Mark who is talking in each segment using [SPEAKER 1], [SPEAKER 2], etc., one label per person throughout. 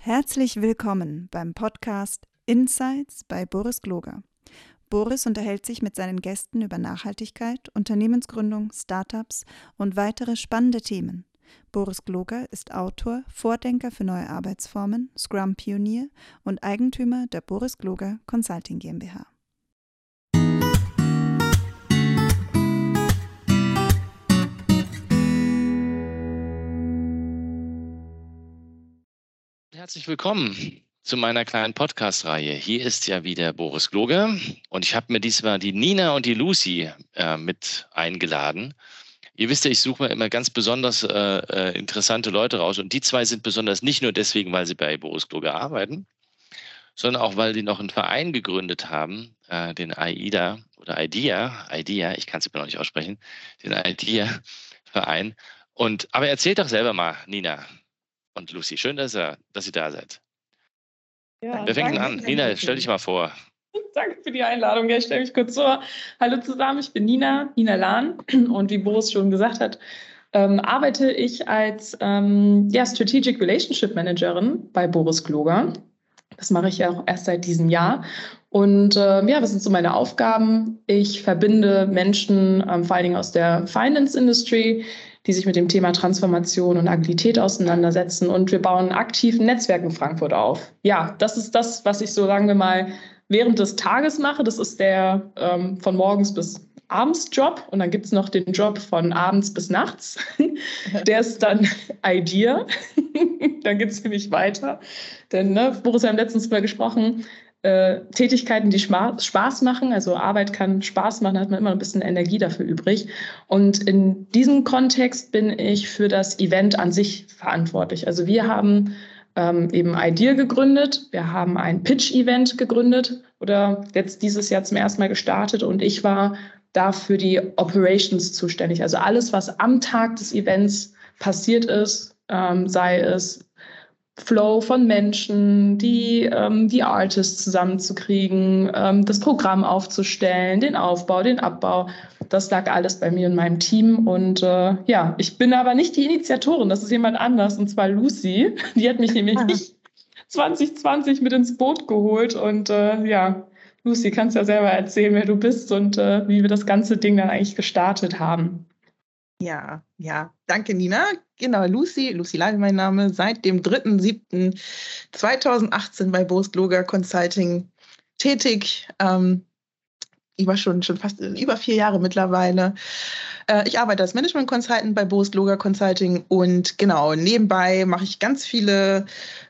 [SPEAKER 1] Herzlich willkommen beim Podcast Insights bei Boris Gloger. Boris unterhält sich mit seinen Gästen über Nachhaltigkeit, Unternehmensgründung, Startups und weitere spannende Themen. Boris Gloger ist Autor, Vordenker für neue Arbeitsformen, Scrum-Pionier und Eigentümer der Boris Gloger Consulting GmbH.
[SPEAKER 2] Herzlich willkommen zu meiner kleinen Podcast-Reihe. Hier ist ja wieder Boris Gloger und ich habe mir diesmal die Nina und die Lucy mit eingeladen. Ihr wisst ja, ich suche mir immer ganz besonders interessante Leute raus und die zwei sind besonders nicht nur deswegen, weil sie bei Boris Gloger arbeiten, sondern auch, weil die noch einen Verein gegründet haben, den AIDA oder IDEA, ich kann es immer noch nicht aussprechen, den IDEA-Verein. Aber erzählt doch selber mal, Nina und Lucy, schön, dass ihr da seid.
[SPEAKER 3] Ja,
[SPEAKER 2] wer fängt denn an? Nina, stell dich mal vor.
[SPEAKER 3] Danke für die Einladung. Ja, ich stelle mich kurz vor. Hallo zusammen, ich bin Nina Lahn und wie Boris schon gesagt hat, arbeite ich als Strategic Relationship Managerin bei Boris Gloger. Das mache ich ja auch erst seit diesem Jahr. Und was sind so meine Aufgaben? Ich verbinde Menschen, vor allen Dingen aus der Finance Industry, die sich mit dem Thema Transformation und Agilität auseinandersetzen. Und wir bauen aktiv ein Netzwerk in Frankfurt auf. Ja, das ist das, was ich so, sagen wir mal, während des Tages mache. Das ist der von morgens bis abends Job. Und dann gibt es noch den Job von abends bis nachts. Der ist dann IDEA. Dann geht es nämlich weiter. Denn, Boris, wir haben letztens mal gesprochen, Tätigkeiten, die Spaß machen, also Arbeit kann Spaß machen, da hat man immer ein bisschen Energie dafür übrig. Und in diesem Kontext bin ich für das Event an sich verantwortlich. Also wir haben eben IDEA gegründet, wir haben ein Pitch-Event gegründet oder jetzt dieses Jahr zum ersten Mal gestartet und ich war da für die Operations zuständig. Also alles, was am Tag des Events passiert ist, sei es Flow von Menschen, die Artists zusammenzukriegen, das Programm aufzustellen, den Aufbau, den Abbau. Das lag alles bei mir und meinem Team. Und ich bin aber nicht die Initiatorin, das ist jemand anders, und zwar Lucy. Die hat mich nämlich 2020 mit ins Boot geholt. Und Lucy, kannst ja selber erzählen, wer du bist und wie wir das ganze Ding dann eigentlich gestartet haben.
[SPEAKER 4] Ja, danke Nina. Genau, Lucy Lahn, mein Name, seit dem 3.7.2018 bei Boris Gloger Consulting tätig. Ich war schon fast über 4 Jahre mittlerweile. Ich arbeite als Management Consultant bei Boris Gloger Consulting und genau, nebenbei mache ich ganz viele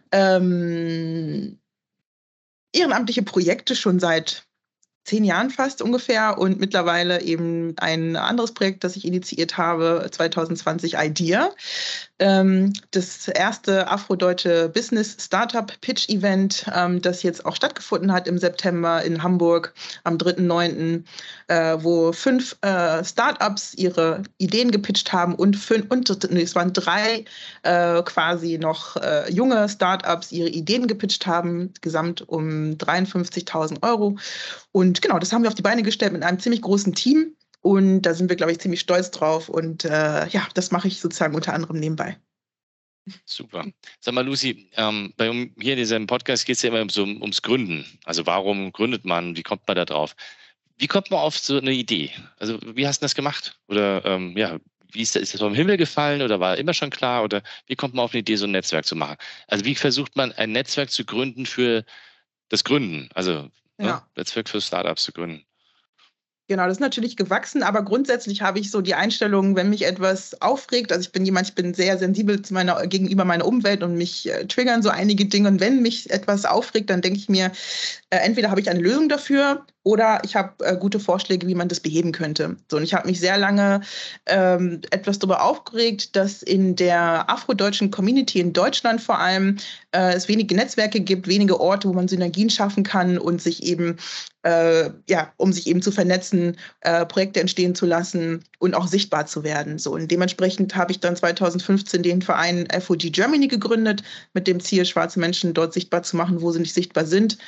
[SPEAKER 4] ehrenamtliche Projekte schon seit 10 Jahren fast ungefähr und mittlerweile eben ein anderes Projekt, das ich initiiert habe, 2020 IDEA. Das erste afrodeutsche Business-Startup-Pitch-Event, das jetzt auch stattgefunden hat im September in Hamburg am 3.9., wo 5 Startups ihre Ideen gepitcht haben und es waren 3 quasi noch junge Startups ihre Ideen gepitcht haben, gesamt um 53.000 Euro. Und genau, das haben wir auf die Beine gestellt mit einem ziemlich großen Team. Und da sind wir, glaube ich, ziemlich stolz drauf. Und das mache ich sozusagen unter anderem nebenbei.
[SPEAKER 2] Super. Sag mal, Lucy, hier in diesem Podcast geht es ja immer ums Gründen. Also warum gründet man? Wie kommt man da drauf? Wie kommt man auf so eine Idee? Also wie hast du das gemacht? Oder wie ist das vom Himmel gefallen oder war immer schon klar? Oder wie kommt man auf eine Idee, so ein Netzwerk zu machen? Also wie versucht man ein Netzwerk zu gründen für das Gründen? Also Netzwerk für Startups zu gründen.
[SPEAKER 4] Genau, das ist natürlich gewachsen, aber grundsätzlich habe ich so die Einstellung, wenn mich etwas aufregt, also ich bin sehr sensibel gegenüber meiner Umwelt und mich triggern so einige Dinge und wenn mich etwas aufregt, dann denke ich mir, entweder habe ich eine Lösung dafür oder ich habe gute Vorschläge, wie man das beheben könnte. So, und ich habe mich sehr lange etwas darüber aufgeregt, dass in der afrodeutschen Community in Deutschland vor allem es wenige Netzwerke gibt, wenige Orte, wo man Synergien schaffen kann und sich eben um sich eben zu vernetzen, Projekte entstehen zu lassen und auch sichtbar zu werden. So, und dementsprechend habe ich dann 2015 den Verein FOG Germany gegründet, mit dem Ziel, schwarze Menschen dort sichtbar zu machen, wo sie nicht sichtbar sind.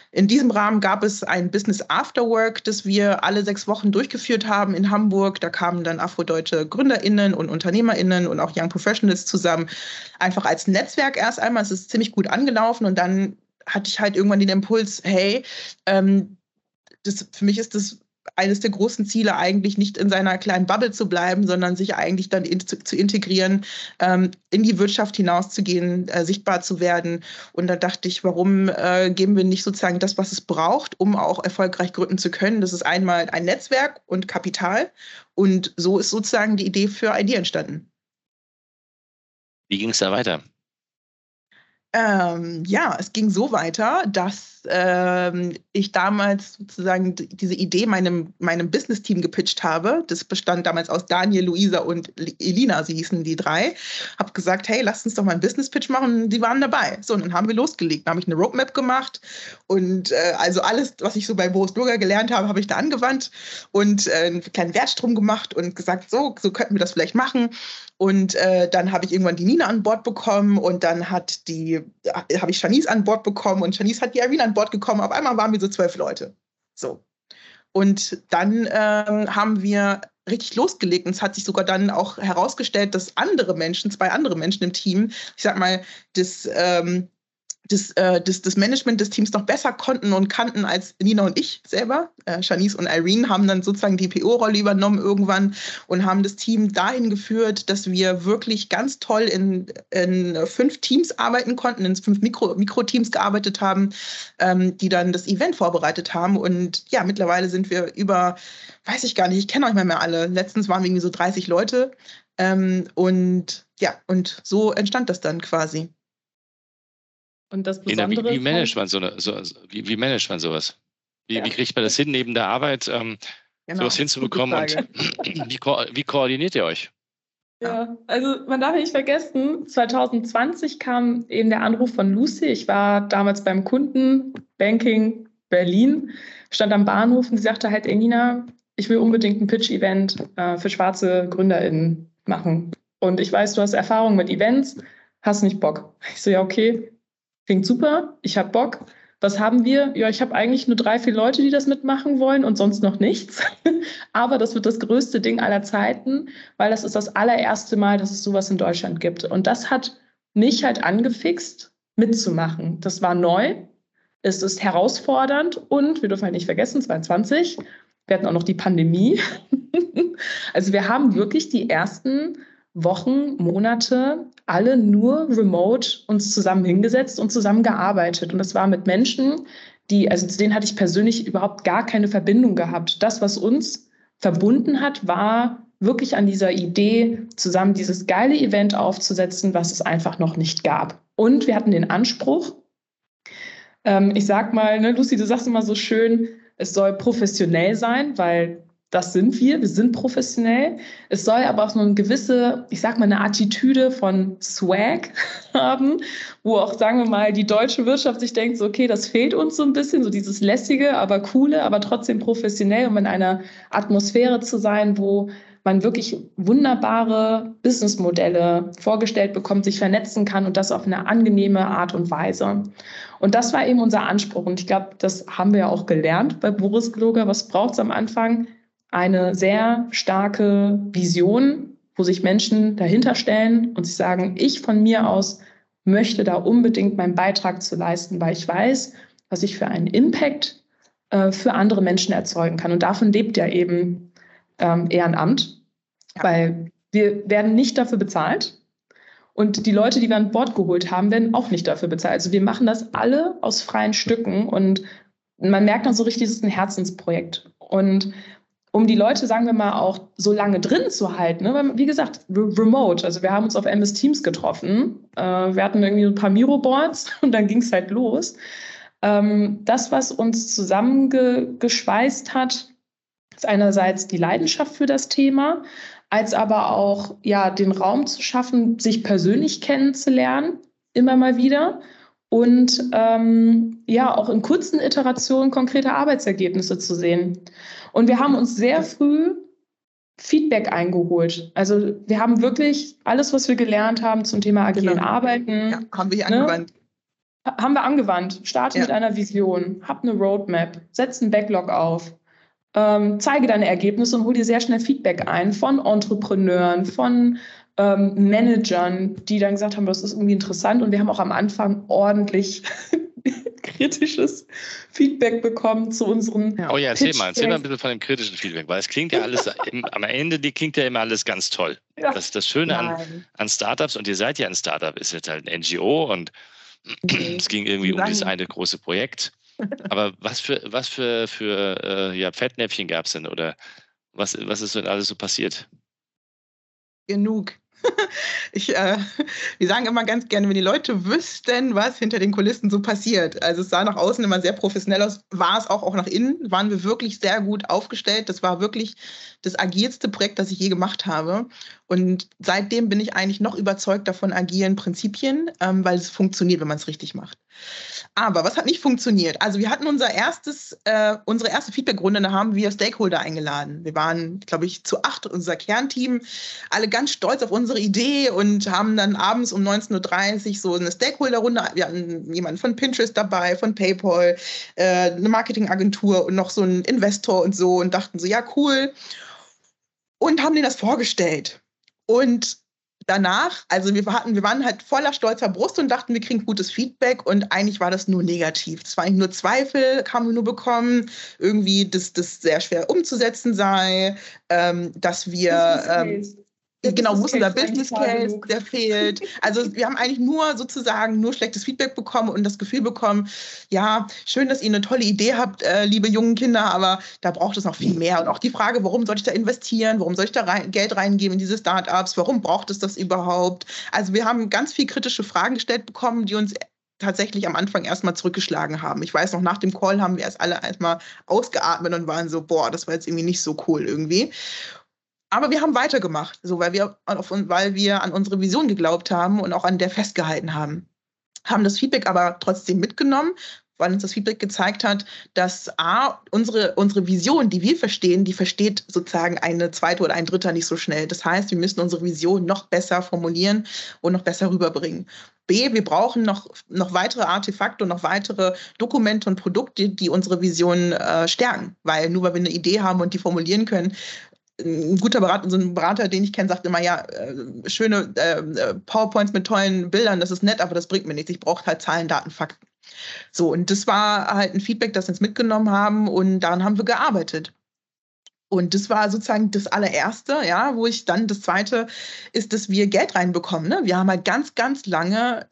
[SPEAKER 4] In diesem Rahmen gab es ein Business Afterwork, das wir alle 6 Wochen durchgeführt haben in Hamburg. Da kamen dann afrodeutsche GründerInnen und UnternehmerInnen und auch Young Professionals zusammen. Einfach als Netzwerk erst einmal. Es ist ziemlich gut angelaufen und dann hatte ich halt irgendwann den Impuls, hey, für mich ist das eines der großen Ziele eigentlich nicht in seiner kleinen Bubble zu bleiben, sondern sich eigentlich dann zu integrieren, in die Wirtschaft hinauszugehen, sichtbar zu werden. Und da dachte ich, warum geben wir nicht sozusagen das, was es braucht, um auch erfolgreich gründen zu können? Das ist einmal ein Netzwerk und Kapital. Und so ist sozusagen die Idee für ID entstanden.
[SPEAKER 2] Wie ging es da weiter?
[SPEAKER 4] Es ging so weiter, dass ich damals sozusagen diese Idee meinem Business-Team gepitcht habe. Das bestand damals aus Daniel, Luisa und Elina, sie hießen die 3. Hab gesagt, hey, lasst uns doch mal einen Business-Pitch machen. Die waren dabei. So, und dann haben wir losgelegt. Dann habe ich eine Roadmap gemacht und also alles, was ich so bei Boris Gloger gelernt habe, habe ich da angewandt und einen kleinen Wertstrom gemacht und gesagt, so könnten wir das vielleicht machen. Und dann habe ich irgendwann die Nina an Bord bekommen und dann habe ich Shanice an Bord bekommen und Shanice hat die Irina an Bord bekommen. Auf einmal waren wir so 12 Leute. So. Und dann haben wir richtig losgelegt und es hat sich sogar dann auch herausgestellt, dass 2 andere Menschen im Team, ich sag mal, das Management des Teams noch besser konnten und kannten als Nina und ich selber. Shanice und Irene haben dann sozusagen die PO-Rolle übernommen irgendwann und haben das Team dahin geführt, dass wir wirklich ganz toll in 5 Teams arbeiten konnten, in 5 Mikroteams gearbeitet haben, die dann das Event vorbereitet haben. Und ja, mittlerweile sind wir über, weiß ich gar nicht, ich kenne euch mehr alle. Letztens waren wir irgendwie so 30 Leute. Und so entstand das dann quasi.
[SPEAKER 3] Und das Besondere
[SPEAKER 2] wie managt man wie managt man sowas? Wie kriegt man das hin, neben der Arbeit sowas hinzubekommen? Und wie koordiniert ihr euch?
[SPEAKER 3] Ja, also man darf nicht vergessen, 2020 kam eben der Anruf von Lucy. Ich war damals beim Kunden, Banking Berlin, stand am Bahnhof und sie sagte halt, Nina, ich will unbedingt ein Pitch-Event für schwarze GründerInnen machen. Und ich weiß, du hast Erfahrung mit Events, hast nicht Bock. Ich so, ja, okay. Klingt super, ich habe Bock. Was haben wir? Ja, ich habe eigentlich nur 3, 4 Leute, die das mitmachen wollen und sonst noch nichts. Aber das wird das größte Ding aller Zeiten, weil das ist das allererste Mal, dass es sowas in Deutschland gibt. Und das hat mich halt angefixt, mitzumachen. Das war neu, es ist herausfordernd und wir dürfen halt nicht vergessen, 2022, wir hatten auch noch die Pandemie. Also wir haben wirklich die ersten Wochen, Monate alle nur remote uns zusammen hingesetzt und zusammen gearbeitet. Und das war mit Menschen, zu denen hatte ich persönlich überhaupt gar keine Verbindung gehabt. Das, was uns verbunden hat, war wirklich an dieser Idee, zusammen dieses geile Event aufzusetzen, was es einfach noch nicht gab. Und wir hatten den Anspruch, ich sag mal, ne, Lucy, du sagst immer so schön, es soll professionell sein, weil das sind wir sind professionell. Es soll aber auch so eine gewisse, ich sag mal, eine Attitüde von Swag haben, wo auch, sagen wir mal, die deutsche Wirtschaft sich denkt, so, okay, das fehlt uns so ein bisschen, so dieses lässige, aber coole, aber trotzdem professionell, um in einer Atmosphäre zu sein, wo man wirklich wunderbare Businessmodelle vorgestellt bekommt, sich vernetzen kann und das auf eine angenehme Art und Weise. Und das war eben unser Anspruch. Und ich glaube, das haben wir ja auch gelernt bei Boris Gloger. Was braucht es am Anfang? Eine sehr starke Vision, wo sich Menschen dahinter stellen und sich sagen, ich von mir aus möchte da unbedingt meinen Beitrag zu leisten, weil ich weiß, was ich für einen Impact für andere Menschen erzeugen kann. Und davon lebt ja eben Ehrenamt, weil wir werden nicht dafür bezahlt und die Leute, die wir an Bord geholt haben, werden auch nicht dafür bezahlt. Also wir machen das alle aus freien Stücken und man merkt dann so richtig, es ist ein Herzensprojekt. Und um die Leute, sagen wir mal, auch so lange drin zu halten, ne? Weil, wie gesagt, remote, also wir haben uns auf MS Teams getroffen, wir hatten irgendwie ein paar Miro-Boards und dann ging es halt los. Das, was uns zusammengeschweißt hat, ist einerseits die Leidenschaft für das Thema, als aber auch den Raum zu schaffen, sich persönlich kennenzulernen, immer mal wieder. Und auch in kurzen Iterationen konkrete Arbeitsergebnisse zu sehen. Und wir haben uns sehr früh Feedback eingeholt. Also wir haben wirklich alles, was wir gelernt haben zum Thema agilen Arbeiten.
[SPEAKER 4] Ja, haben wir hier angewandt.
[SPEAKER 3] Haben wir angewandt. Starte mit einer Vision, hab eine Roadmap, setz einen Backlog auf, zeige deine Ergebnisse und hol dir sehr schnell Feedback ein von Entrepreneuren, von Managern, die dann gesagt haben, das ist irgendwie interessant. Und wir haben auch am Anfang ordentlich kritisches Feedback bekommen zu unseren
[SPEAKER 2] Oh ja, erzähl mal ein bisschen von dem kritischen Feedback, weil es klingt ja alles, am Ende klingt ja immer alles ganz toll.
[SPEAKER 3] Ja.
[SPEAKER 2] Das ist das Schöne an Startups, und ihr seid ja ein Startup, ist jetzt halt ein NGO und es ging irgendwie um dieses eine große Projekt. Aber was für Fettnäpfchen gab es denn, oder was ist denn alles so passiert?
[SPEAKER 4] Genug. Wir sagen immer ganz gerne, wenn die Leute wüssten, was hinter den Kulissen so passiert. Also es sah nach außen immer sehr professionell aus, war es auch nach innen, waren wir wirklich sehr gut aufgestellt. Das war wirklich das agilste Projekt, das ich je gemacht habe. Und seitdem bin ich eigentlich noch überzeugt von agilen Prinzipien, weil es funktioniert, wenn man es richtig macht. Aber was hat nicht funktioniert? Also wir hatten unsere erste Feedback-Runde, da haben wir Stakeholder eingeladen. Wir waren, glaube ich, zu 8, unser Kernteam, alle ganz stolz auf unsere Idee und haben dann abends um 19:30 Uhr so eine Stakeholder-Runde. Wir hatten jemanden von Pinterest dabei, von PayPal, eine Marketingagentur und noch so einen Investor und so und dachten so, ja, cool. Und haben denen das vorgestellt. Und danach, also wir waren halt voller stolzer Brust und dachten, wir kriegen gutes Feedback, und eigentlich war das nur negativ. Es war eigentlich nur Zweifel, haben wir nur bekommen, irgendwie, dass das sehr schwer umzusetzen sei, dass wir wo ist unser Business Case, der fehlt. Also wir haben eigentlich nur schlechtes Feedback bekommen und das Gefühl bekommen, ja, schön, dass ihr eine tolle Idee habt, liebe jungen Kinder, aber da braucht es noch viel mehr. Und auch die Frage, warum soll ich da investieren? Warum soll ich da Geld reingeben in diese Startups? Warum braucht es das überhaupt? Also wir haben ganz viel kritische Fragen gestellt bekommen, die uns tatsächlich am Anfang erstmal zurückgeschlagen haben. Ich weiß noch, nach dem Call haben wir alle erstmal ausgeatmet und waren so, boah, das war jetzt irgendwie nicht so cool irgendwie. Aber wir haben weitergemacht, so, weil wir an unsere Vision geglaubt haben und auch an der festgehalten haben. Haben das Feedback aber trotzdem mitgenommen, weil uns das Feedback gezeigt hat, dass unsere Vision, die wir verstehen, die versteht sozusagen eine zweite oder ein Dritter nicht so schnell. Das heißt, wir müssen unsere Vision noch besser formulieren und noch besser rüberbringen. B, wir brauchen noch weitere Artefakte und noch weitere Dokumente und Produkte, die unsere Vision stärken. Weil nur weil wir eine Idee haben und die formulieren können, ein guter Berater, so ein Berater, den ich kenne, sagt immer, ja, schöne PowerPoints mit tollen Bildern, das ist nett, aber das bringt mir nichts. Ich brauche halt Zahlen, Daten, Fakten. So, und das war halt ein Feedback, das wir uns mitgenommen haben, und daran haben wir gearbeitet. Und das war sozusagen das allererste, ja, das zweite ist, dass wir Geld reinbekommen. Ne? Wir haben halt ganz, ganz lange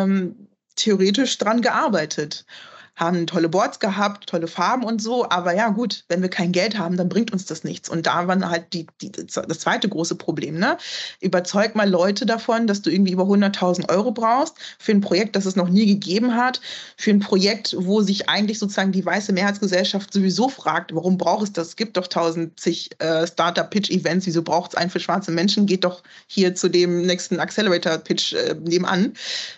[SPEAKER 4] theoretisch dran gearbeitet. Haben tolle Boards gehabt, tolle Farben und so, aber ja gut, wenn wir kein Geld haben, dann bringt uns das nichts. Und da war halt das zweite große Problem. Ne? Überzeug mal Leute davon, dass du irgendwie über 100.000 Euro brauchst für ein Projekt, das es noch nie gegeben hat, für ein Projekt, wo sich eigentlich sozusagen die weiße Mehrheitsgesellschaft sowieso fragt, warum braucht es das? Es gibt doch 1000 Startup-Pitch-Events, wieso braucht es einen für schwarze Menschen? Geht doch hier zu dem nächsten Accelerator-Pitch nebenan.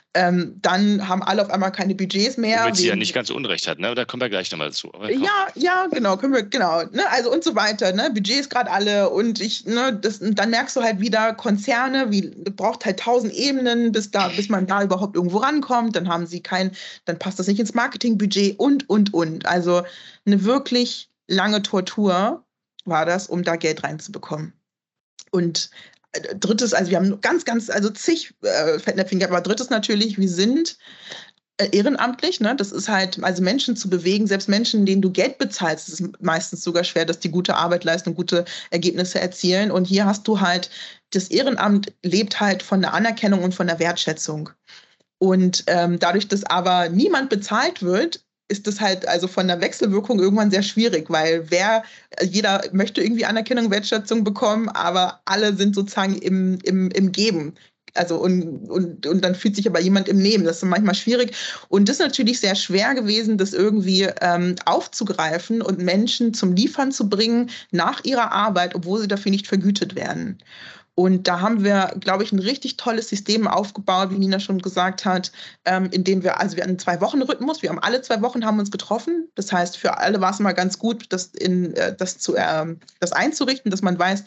[SPEAKER 4] Dann haben alle auf einmal keine Budgets mehr.
[SPEAKER 2] Womit sie ja nicht ganz Unrecht hat, ne? Da kommen wir gleich nochmal dazu.
[SPEAKER 4] Ja, genau, ne? Also und so weiter, ne? Budgets gerade alle, und dann merkst du halt wieder, Konzerne, braucht halt 1000 Ebenen, bis man da überhaupt irgendwo rankommt, dann passt das nicht ins Marketingbudget und. Also eine wirklich lange Tortur war das, um da Geld reinzubekommen. Und drittes, also wir haben zig Fettnäpfchen gehabt, aber drittes natürlich, wir sind ehrenamtlich, ne? Das ist halt, also Menschen zu bewegen, selbst Menschen, denen du Geld bezahlst, ist meistens sogar schwer, dass die gute Arbeit leisten und gute Ergebnisse erzielen. Und hier hast du halt, das Ehrenamt lebt halt von der Anerkennung und von der Wertschätzung. Und dadurch, dass aber niemand bezahlt wird, ist das halt also von der Wechselwirkung irgendwann sehr schwierig, weil jeder möchte irgendwie Anerkennung, Wertschätzung bekommen, aber alle sind sozusagen im Geben. Also und dann fühlt sich aber jemand im Nehmen. Das ist manchmal schwierig. Und das ist natürlich sehr schwer gewesen, das irgendwie aufzugreifen und Menschen zum Liefern zu bringen nach ihrer Arbeit, obwohl sie dafür nicht vergütet werden. Und da haben wir, glaube ich, ein richtig tolles System aufgebaut, wie Nina schon gesagt hat, indem wir hatten einen 2-Wochen-Rhythmus. Wir haben alle 2 Wochen haben uns getroffen. Das heißt, für alle war es mal ganz gut, das einzurichten, dass man weiß,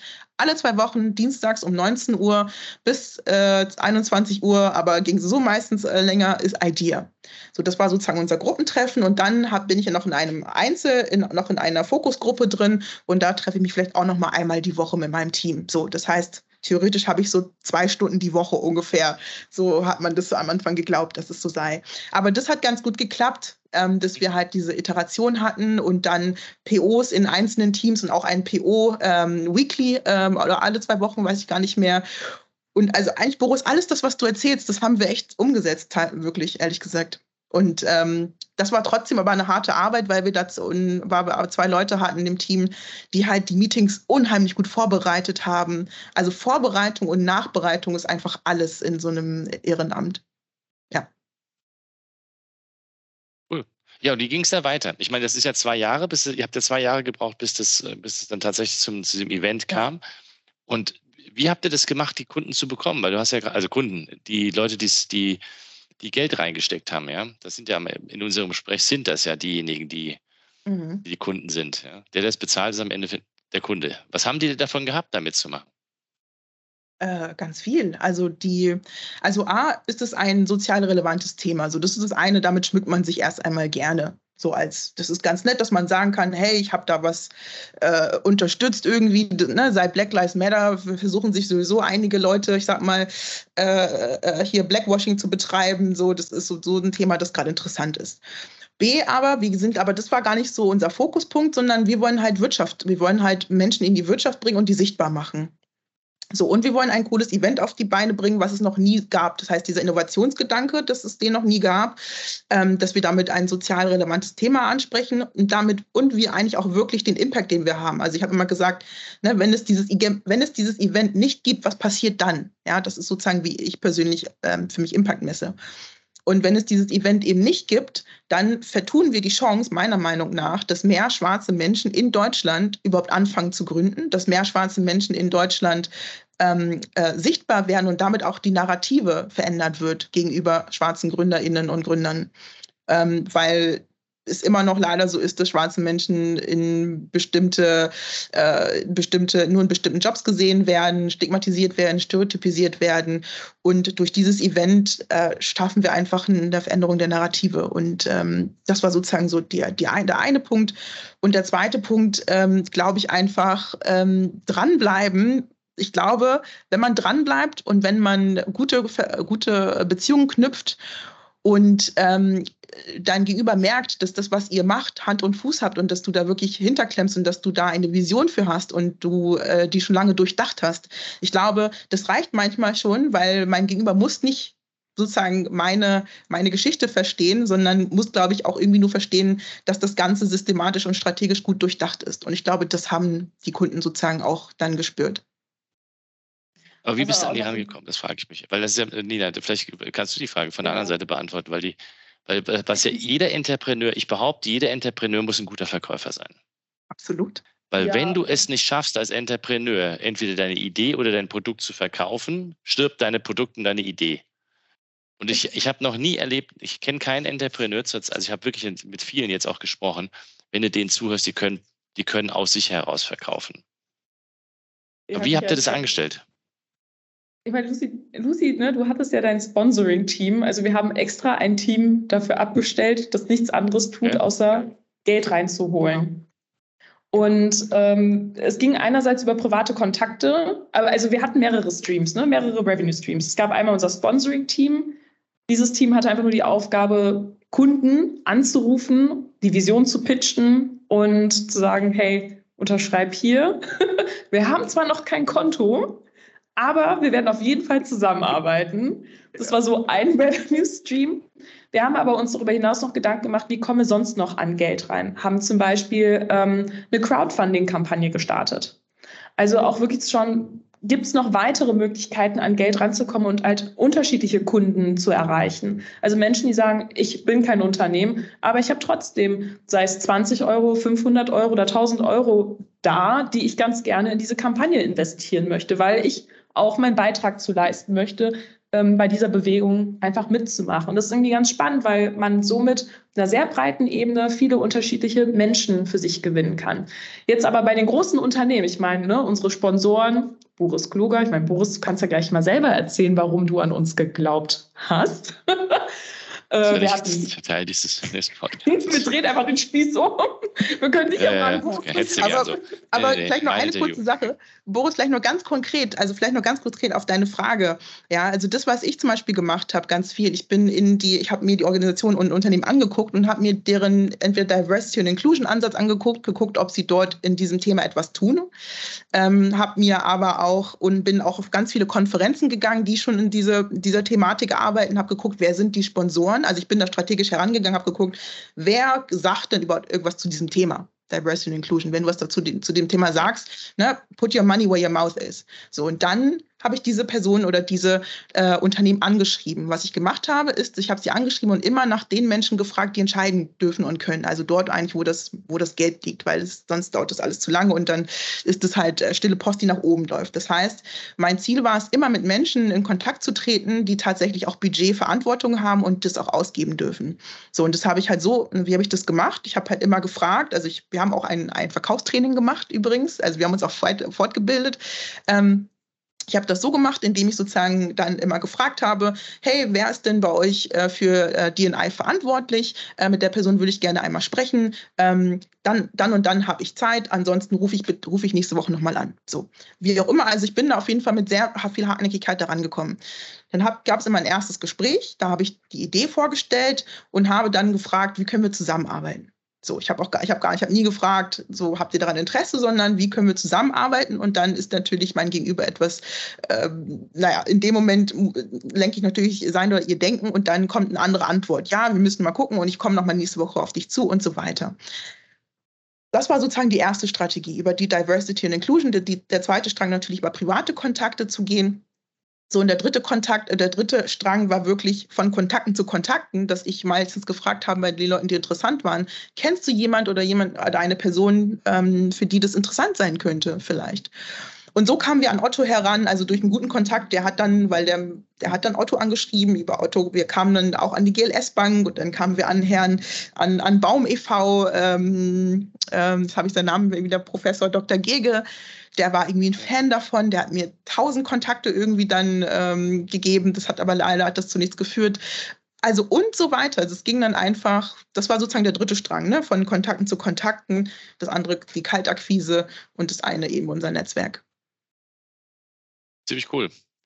[SPEAKER 4] alle 2 Wochen, dienstags um 19 Uhr bis 21 Uhr, aber ging so meistens länger, ist Idea. So, das war sozusagen unser Gruppentreffen und dann bin ich ja noch in einem noch in einer Fokusgruppe drin und da treffe ich mich vielleicht auch noch mal einmal die Woche mit meinem Team. So, das heißt, theoretisch habe ich so 2 Stunden die Woche ungefähr. So hat man das so am Anfang geglaubt, dass es so sei. Aber das hat ganz gut geklappt, dass wir halt diese Iteration hatten und dann POs in einzelnen Teams und auch ein PO weekly oder alle 2 Wochen, weiß ich gar nicht mehr. Und also eigentlich, Boris, alles das, was du erzählst, das haben wir echt umgesetzt, wirklich, ehrlich gesagt. Und das war trotzdem aber eine harte Arbeit, weil wir 2 Leute hatten im Team, die halt die Meetings unheimlich gut vorbereitet haben. Also Vorbereitung und Nachbereitung ist einfach alles in so einem Ehrenamt. Ja.
[SPEAKER 2] Cool. Ja, und wie ging es da weiter? Ich meine, das ist ja 2 Jahre, ihr habt ja 2 Jahre gebraucht, bis es dann tatsächlich zu diesem Event kam. Und wie habt ihr das gemacht, die Kunden zu bekommen? Weil du hast ja also Kunden, die Leute, die Geld reingesteckt haben, ja. Das sind ja in unserem Gespräch sind das ja diejenigen, die Kunden sind. Ja? Der das bezahlt, ist am Ende der Kunde. Was haben die davon gehabt, damit zu machen?
[SPEAKER 4] Ganz viel. Also A, ist es ein sozial relevantes Thema. Also das ist das eine, damit schmückt man sich erst einmal gerne. Das ist ganz nett, dass man sagen kann, hey, ich habe da was unterstützt irgendwie, ne, seit Black Lives Matter versuchen sich sowieso einige Leute, ich sag mal, hier Blackwashing zu betreiben. So, das ist so ein Thema, das gerade interessant ist. B, aber das war gar nicht so unser Fokuspunkt, sondern wir wollen halt Menschen in die Wirtschaft bringen und die sichtbar machen. So, und wir wollen ein cooles Event auf die Beine bringen, was es noch nie gab. Das heißt, dieser Innovationsgedanke, dass es den noch nie gab, dass wir damit ein sozial relevantes Thema ansprechen und wir eigentlich auch wirklich den Impact, den wir haben. Also ich habe immer gesagt, ne, wenn es dieses Event nicht gibt, was passiert dann? Ja, das ist sozusagen, wie ich persönlich für mich Impact messe. Und wenn es dieses Event eben nicht gibt, dann vertun wir die Chance, meiner Meinung nach, dass mehr schwarze Menschen in Deutschland überhaupt anfangen zu gründen, dass mehr schwarze Menschen in Deutschland sichtbar werden und damit auch die Narrative verändert wird gegenüber schwarzen GründerInnen und Gründern. Weil es immer noch leider so ist, dass schwarze Menschen nur in bestimmten Jobs gesehen werden, stigmatisiert werden, stereotypisiert werden. Und durch dieses Event schaffen wir einfach eine Veränderung der Narrative. Und das war sozusagen so der eine Punkt. Und der zweite Punkt, glaube ich, einfach dranbleiben. Ich glaube, wenn man dranbleibt und wenn man gute Beziehungen knüpft und dein Gegenüber merkt, dass das, was ihr macht, Hand und Fuß habt und dass du da wirklich hinterklemmst und dass du da eine Vision für hast und du die schon lange durchdacht hast. Ich glaube, das reicht manchmal schon, weil mein Gegenüber muss nicht sozusagen meine Geschichte verstehen, sondern muss, glaube ich, auch irgendwie nur verstehen, dass das Ganze systematisch und strategisch gut durchdacht ist. Und ich glaube, das haben die Kunden sozusagen auch dann gespürt.
[SPEAKER 2] Aber wie bist du an die rangekommen? Das frage ich mich. Weil das ist ja, Nina, vielleicht kannst du die Frage von der anderen Seite beantworten, weil was ja jeder Entrepreneur muss ein guter Verkäufer sein.
[SPEAKER 4] Absolut.
[SPEAKER 2] Weil wenn du es nicht schaffst, als Entrepreneur entweder deine Idee oder dein Produkt zu verkaufen, stirbt deine Produkt und deine Idee. Und ich habe noch nie erlebt, ich kenne keinen Entrepreneur, also ich habe wirklich mit vielen jetzt auch gesprochen, wenn du denen zuhörst, die können aus sich heraus verkaufen. Aber wie habt ihr das angestellt?
[SPEAKER 3] Ich meine, Lucy, ne, du hattest ja dein Sponsoring-Team. Also wir haben extra ein Team dafür abgestellt, das nichts anderes tut, außer Geld reinzuholen. Und es ging einerseits über private Kontakte, aber also wir hatten mehrere Streams, ne, mehrere Revenue-Streams. Es gab einmal unser Sponsoring-Team. Dieses Team hatte einfach nur die Aufgabe, Kunden anzurufen, die Vision zu pitchen und zu sagen, hey, unterschreib hier. Wir haben zwar noch kein Konto, aber wir werden auf jeden Fall zusammenarbeiten. Das war so ein Revenue-Stream. Wir haben aber uns darüber hinaus noch Gedanken gemacht, wie kommen wir sonst noch an Geld rein? Haben zum Beispiel eine Crowdfunding-Kampagne gestartet. Also auch wirklich schon, gibt es noch weitere Möglichkeiten, an Geld ranzukommen und halt unterschiedliche Kunden zu erreichen? Also Menschen, die sagen, ich bin kein Unternehmen, aber ich habe trotzdem, sei es 20 Euro, 500 Euro oder 1000 Euro da, die ich ganz gerne in diese Kampagne investieren möchte, weil ich auch meinen Beitrag zu leisten möchte, bei dieser Bewegung einfach mitzumachen. Und das ist irgendwie ganz spannend, weil man somit auf einer sehr breiten Ebene viele unterschiedliche Menschen für sich gewinnen kann. Jetzt aber bei den großen Unternehmen, ich meine, ne, unsere Sponsoren, Boris Gloger, ich meine, Boris, du kannst ja gleich mal selber erzählen, warum du an uns geglaubt hast.
[SPEAKER 2] Verteidigt das nächste Podcast.
[SPEAKER 3] Wir drehen einfach den Spieß um. Wir können nicht
[SPEAKER 4] aber vielleicht noch eine kurze Sache. Boris, vielleicht noch ganz konkret auf deine Frage. Ja, also das, was ich zum Beispiel gemacht habe, ganz viel. Ich habe mir die Organisation und Unternehmen angeguckt und habe mir deren entweder Diversity und Inclusion Ansatz geguckt, ob sie dort in diesem Thema etwas tun. Habe mir aber auch und bin auch auf ganz viele Konferenzen gegangen, die schon in dieser Thematik arbeiten, habe geguckt, wer sind die Sponsoren. Also ich bin da strategisch herangegangen, habe geguckt, wer sagt denn überhaupt irgendwas zu diesem Thema? Diversity and Inclusion, wenn du was dazu zu dem Thema sagst, ne, put your money where your mouth is. So, und dann habe ich diese Person oder diese Unternehmen angeschrieben. Was ich gemacht habe, ist, ich habe sie angeschrieben und immer nach den Menschen gefragt, die entscheiden dürfen und können. Also dort eigentlich, wo das Geld liegt, weil sonst dauert das alles zu lange und dann ist es halt stille Post, die nach oben läuft. Das heißt, mein Ziel war es, immer mit Menschen in Kontakt zu treten, die tatsächlich auch Budgetverantwortung haben und das auch ausgeben dürfen. So, und das habe ich halt so, wie habe ich das gemacht? Ich habe halt immer gefragt, also wir haben auch ein Verkaufstraining gemacht übrigens, also wir haben uns auch fortgebildet. Ich habe das so gemacht, indem ich sozusagen dann immer gefragt habe, hey, wer ist denn bei euch für D&I verantwortlich? Mit der Person würde ich gerne einmal sprechen. Dann und dann habe ich Zeit, ansonsten rufe ich nächste Woche nochmal an. So, wie auch immer, also ich bin da auf jeden Fall mit sehr viel Hartnäckigkeit daran gekommen. Dann gab es immer ein erstes Gespräch, da habe ich die Idee vorgestellt und habe dann gefragt, wie können wir zusammenarbeiten? So, ich habe nie gefragt, so habt ihr daran Interesse, sondern wie können wir zusammenarbeiten? Und dann ist natürlich mein Gegenüber etwas, in dem Moment lenke ich natürlich sein oder ihr Denken und dann kommt eine andere Antwort. Ja, wir müssen mal gucken und ich komme nochmal nächste Woche auf dich zu und so weiter. Das war sozusagen die erste Strategie, über die Diversity and Inclusion. Der zweite Strang natürlich über private Kontakte zu gehen. So, und der dritte Strang war wirklich von Kontakten zu Kontakten, dass ich meistens gefragt habe bei den Leuten, die interessant waren, kennst du jemand oder eine Person, für die das interessant sein könnte vielleicht? Und so kamen wir an Otto heran, also durch einen guten Kontakt, der hat dann Otto angeschrieben, über Otto, wir kamen dann auch an die GLS-Bank und dann kamen wir an Baum e.V., jetzt habe ich seinen Namen wieder, Professor Dr. Gege, der war irgendwie ein Fan davon, der hat mir 1000 Kontakte irgendwie dann gegeben, das hat aber leider zu nichts geführt. Also und so weiter. Also es ging dann einfach, das war sozusagen der dritte Strang, ne? Von Kontakten zu Kontakten, das andere die Kaltakquise und das eine eben unser Netzwerk.
[SPEAKER 2] Ziemlich cool.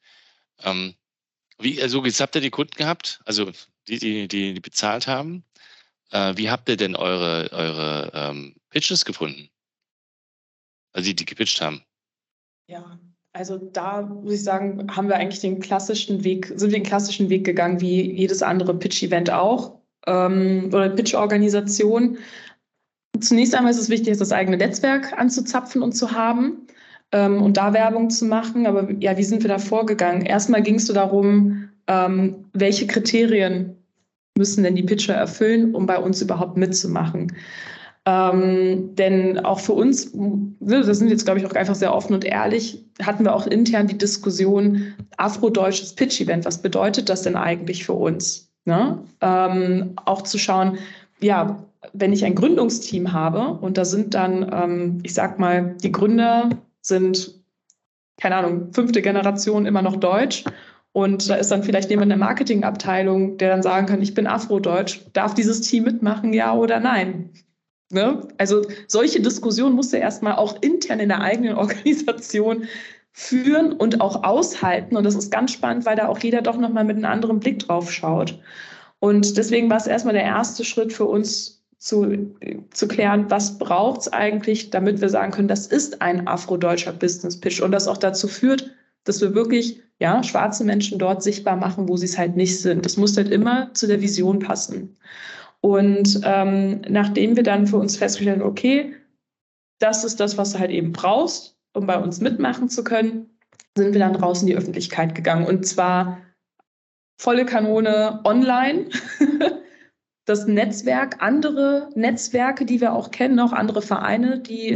[SPEAKER 2] Jetzt habt ihr die Kunden gehabt, also die bezahlt haben. Wie habt ihr denn eure Pitches gefunden? Also die gepitcht haben?
[SPEAKER 3] Ja, also da muss ich sagen, sind wir den klassischen Weg gegangen, wie jedes andere Pitch-Event auch oder Pitch-Organisation. Zunächst einmal ist es wichtig, das eigene Netzwerk anzuzapfen und zu haben. Und da Werbung zu machen. Aber ja, wie sind wir da vorgegangen? Erstmal ging es so darum, welche Kriterien müssen denn die Pitcher erfüllen, um bei uns überhaupt mitzumachen. Denn auch für uns, da sind wir jetzt, glaube ich, auch einfach sehr offen und ehrlich, hatten wir auch intern die Diskussion, afrodeutsches Pitch-Event, was bedeutet das denn eigentlich für uns? Ne? Auch zu schauen, ja, wenn ich ein Gründungsteam habe und da sind dann, ich sag mal, die Gründer sind, keine Ahnung, 5. Generation immer noch deutsch und da ist dann vielleicht jemand in der Marketingabteilung, der dann sagen kann, ich bin afrodeutsch, darf dieses Team mitmachen, ja oder nein? Ne? Also solche Diskussionen musst du erstmal auch intern in der eigenen Organisation führen und auch aushalten und das ist ganz spannend, weil da auch jeder doch nochmal mit einem anderen Blick drauf schaut und deswegen war es erstmal der erste Schritt für uns, zu klären, was braucht es eigentlich, damit wir sagen können, das ist ein afrodeutscher Business Pitch und das auch dazu führt, dass wir wirklich schwarze Menschen dort sichtbar machen, wo sie es halt nicht sind. Das muss halt immer zu der Vision passen. Und nachdem wir dann für uns festgestellt haben, okay, das ist das, was du halt eben brauchst, um bei uns mitmachen zu können, sind wir dann raus in die Öffentlichkeit gegangen und zwar volle Kanone online. Das Netzwerk, andere Netzwerke, die wir auch kennen, auch andere Vereine, die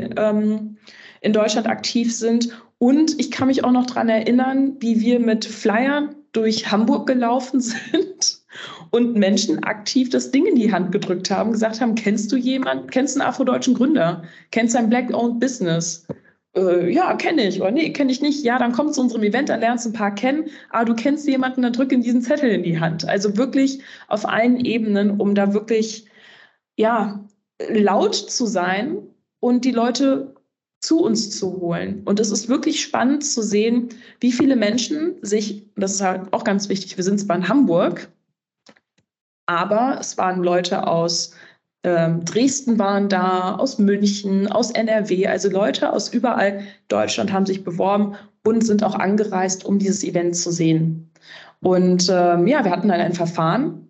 [SPEAKER 3] in Deutschland aktiv sind. Und ich kann mich auch noch daran erinnern, wie wir mit Flyern durch Hamburg gelaufen sind und Menschen aktiv das Ding in die Hand gedrückt haben, gesagt haben, kennst du jemanden, kennst du einen afrodeutschen Gründer, kennst du ein Black-owned Business? Ja, kenne ich. Oder nee, kenne ich nicht. Ja, dann komm zu unserem Event, dann lernst du ein paar kennen. Aber du kennst jemanden, dann drück ihm diesen Zettel in die Hand. Also wirklich auf allen Ebenen, um da wirklich, ja, laut zu sein und die Leute zu uns zu holen. Und es ist wirklich spannend zu sehen, wie viele Menschen sich, das ist halt auch ganz wichtig, wir sind zwar in Hamburg, aber es waren Leute aus Dresden waren da, aus München, aus NRW, also Leute aus überall Deutschland haben sich beworben und sind auch angereist, um dieses Event zu sehen. Und ja, wir hatten dann ein Verfahren.